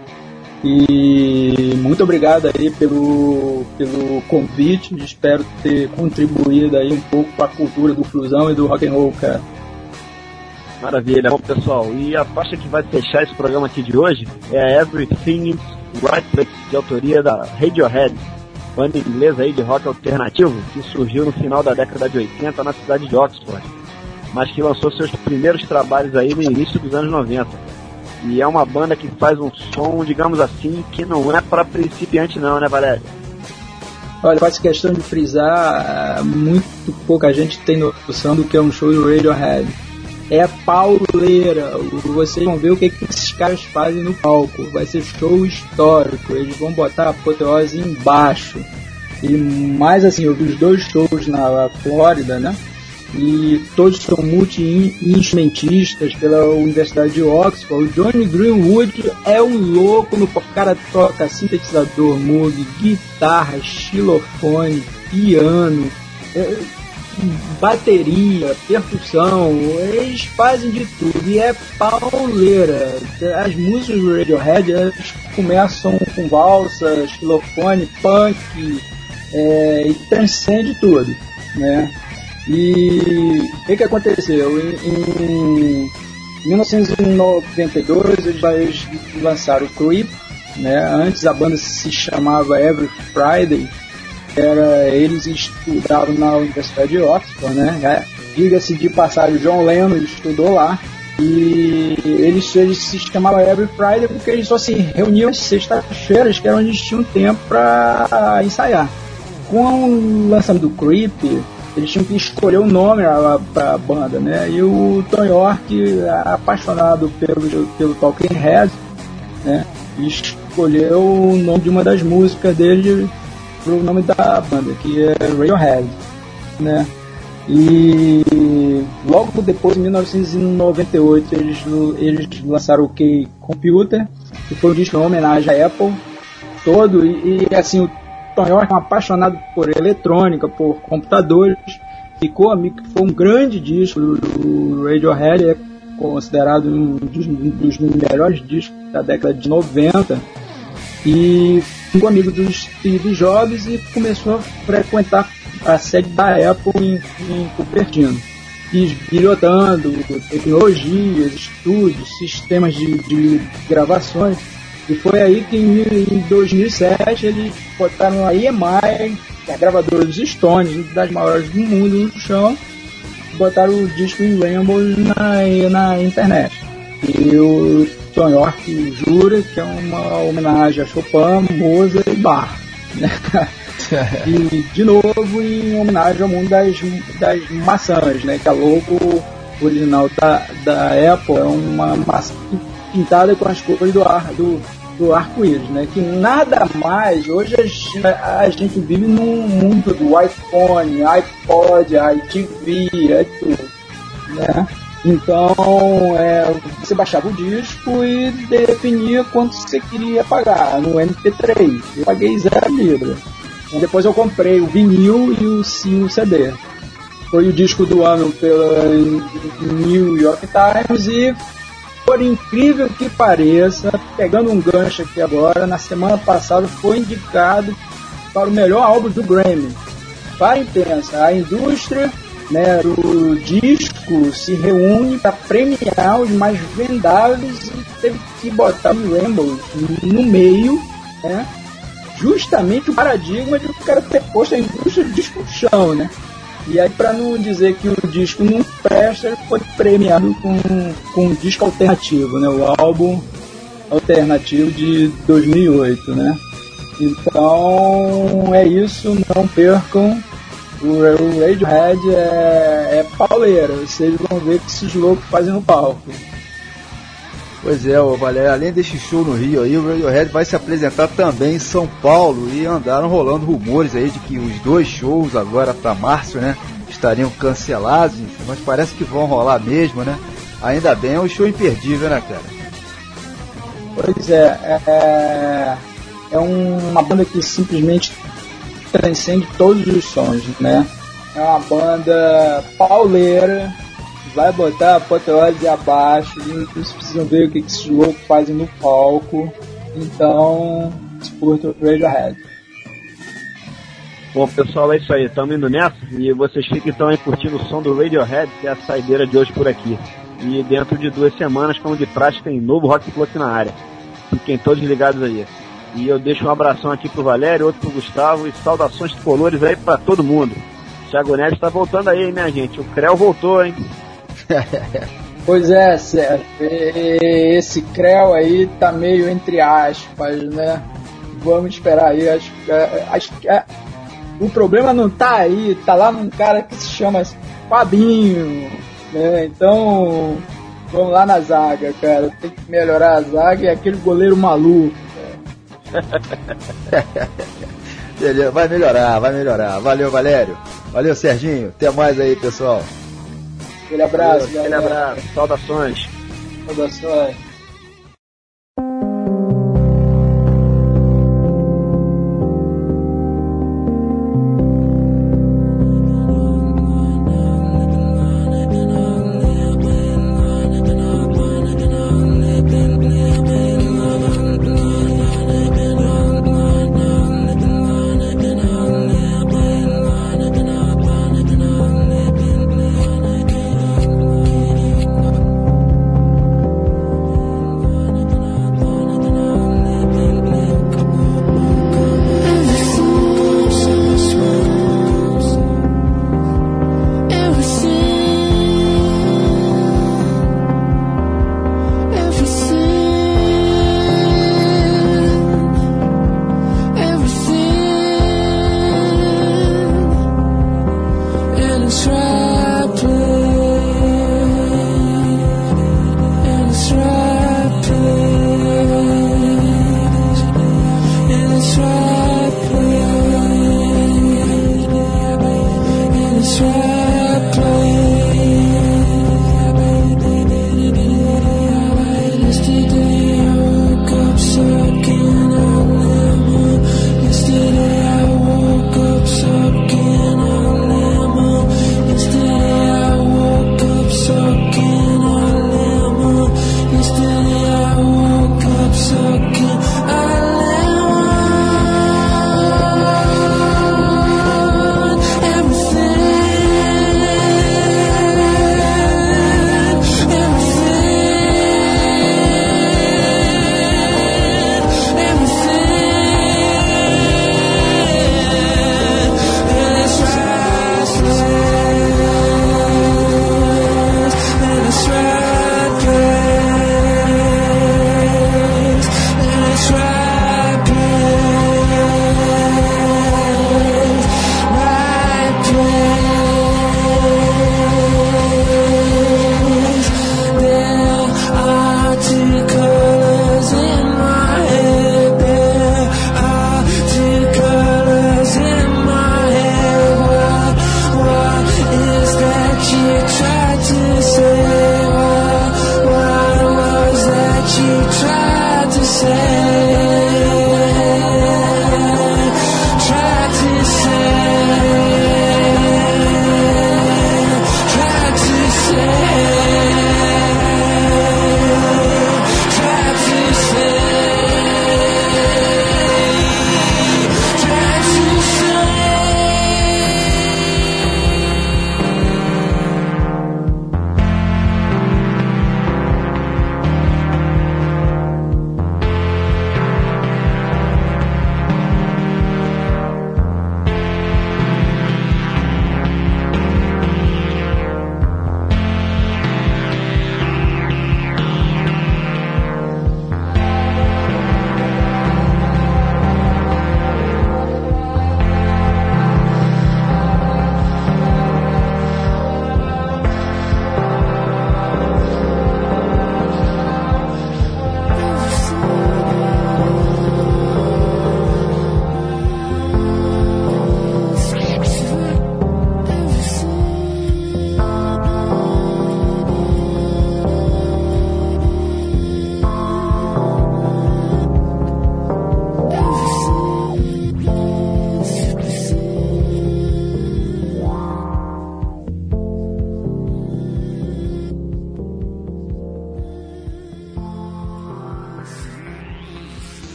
[SPEAKER 4] E muito obrigado aí pelo convite, espero ter contribuído aí um pouco para a cultura do flusão e do rock and roll, cara.
[SPEAKER 3] Maravilha, bom pessoal, e a faixa que vai fechar esse programa aqui de hoje é a Everything is Right Place, de autoria da Radiohead, banda inglesa aí de rock alternativo que surgiu no final da década de 80 na cidade de Oxford, mas que lançou seus primeiros trabalhos aí no início dos anos 90. E é uma banda que faz um som, digamos assim, que não é para principiante não, né, Valério?
[SPEAKER 4] Olha, faço questão de frisar, muito pouca gente tem noção do que é um show do Radiohead. É pauleira, vocês vão ver o que esses caras fazem no palco. Vai ser show histórico, eles vão botar a apoteose embaixo. E mais assim, eu vi os 2 shows na Flórida, né? E todos são multi-instrumentistas pela Universidade de Oxford. O Johnny Greenwood é um louco, o cara toca sintetizador, Moog, guitarra, xilofone, piano, bateria, percussão, eles fazem de tudo e é pauleira. As músicas do Radiohead começam com valsa, xilofone, punk e transcende tudo, né? E o que aconteceu? Em 1992 eles lançaram o Creep, né? Antes a banda se chamava Every Friday. Eles estudaram na Universidade de Oxford, né? Diga-se de passagem, o John Lennon estudou lá. E eles se chamavam Every Friday porque eles só se reuniam às sextas-feiras, que era onde eles tinham tempo para ensaiar. Com o lançamento do Creep, eles tinham que escolher o nome para a banda, né? E o Tom York, apaixonado pelo Talking Heads, né? Escolheu o nome de uma das músicas dele para o nome da banda, que é Radiohead, né? E logo depois, em 1998, eles lançaram o K-Computer, que foi um disco em homenagem à Apple todo, e assim, o Tom York é um apaixonado por eletrônica, por computadores, ficou amigo, foi um grande disco do Radiohead, é considerado um dos melhores discos da década de 90, e ficou amigo do Steve Jobs e começou a frequentar a sede da Apple em Cupertino, esbilhotando tecnologias, estúdios, sistemas de gravações. E foi aí que em 2007 eles botaram a EMI, que é a gravadora dos Stones, das maiores do mundo, no chão, e botaram o disco em Rainbow na internet. E o Tom York jura que é uma homenagem a Chopin, Mozart e Bach, né? E de novo em homenagem ao mundo das maçãs, né? Que a logo original da Apple é uma maçã pintada com as cores do arco-íris, né? Que nada mais, hoje a gente vive num mundo do iPhone, iPod, iTV, tudo, né? Então, você baixava o disco e definia quanto você queria pagar no MP3. Eu paguei 0 libra. Depois eu comprei o vinil e o CD. Foi o disco do ano pela New York Times e, por incrível que pareça, pegando um gancho aqui agora, na semana passada foi indicado para o melhor álbum do Grammy. Parem e pensa, a indústria, né, do disco se reúne para premiar os mais vendáveis e teve que botar o Rainbow no meio, né, justamente o paradigma de o cara ter posto a indústria do disco no chão, né? E aí, para não dizer que o disco não presta, ele foi premiado com um disco alternativo, né? O álbum alternativo de 2008, né? Então, é isso, não percam. O Radiohead é pauleira, vocês vão ver o que esses loucos fazem no palco.
[SPEAKER 2] Pois é, Valério, além deste show no Rio aí, o Radiohead vai se apresentar também em São Paulo e andaram rolando rumores aí de que os 2 shows agora para março, né, estariam cancelados, mas parece que vão rolar mesmo, né? Ainda bem, é um show imperdível, né, cara?
[SPEAKER 4] Pois é uma banda que simplesmente transcende todos os sons, né? É uma banda pauleira, vai botar a apoteose abaixo, vocês precisam ver o que esses loucos fazem no palco, então curtam o Radiohead.
[SPEAKER 3] Bom, pessoal, é isso aí, estamos indo nessa e vocês ficam então aí curtindo o som do Radiohead, que é a saideira de hoje por aqui. E dentro de 2 semanas, como de prática, tem novo Rock Club na área. Fiquem todos ligados aí. E eu deixo um abração aqui pro Valério, outro pro Gustavo e saudações tricolores aí pra todo mundo. Thiago Neves tá voltando aí, né, gente? O Creu voltou, hein?
[SPEAKER 4] Pois é, Sérgio, esse Creu aí tá meio entre aspas, né? Vamos esperar aí, acho que o problema não tá aí, tá lá num cara que se chama Fabinho, né? Então, vamos lá na zaga, cara, tem que melhorar a zaga e aquele goleiro maluco.
[SPEAKER 2] Beleza, vai melhorar. Valeu, Valério. Valeu, Serginho. Até mais aí, pessoal.
[SPEAKER 4] Aquele abraço,
[SPEAKER 3] galera. Aquele abraço. Saudações.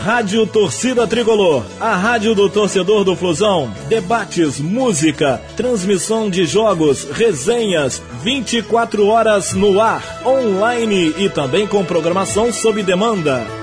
[SPEAKER 6] Rádio Torcida Tricolor, a rádio do torcedor do Flusão. Debates, música, transmissão de jogos, resenhas, 24 horas no ar, online e também com programação sob demanda.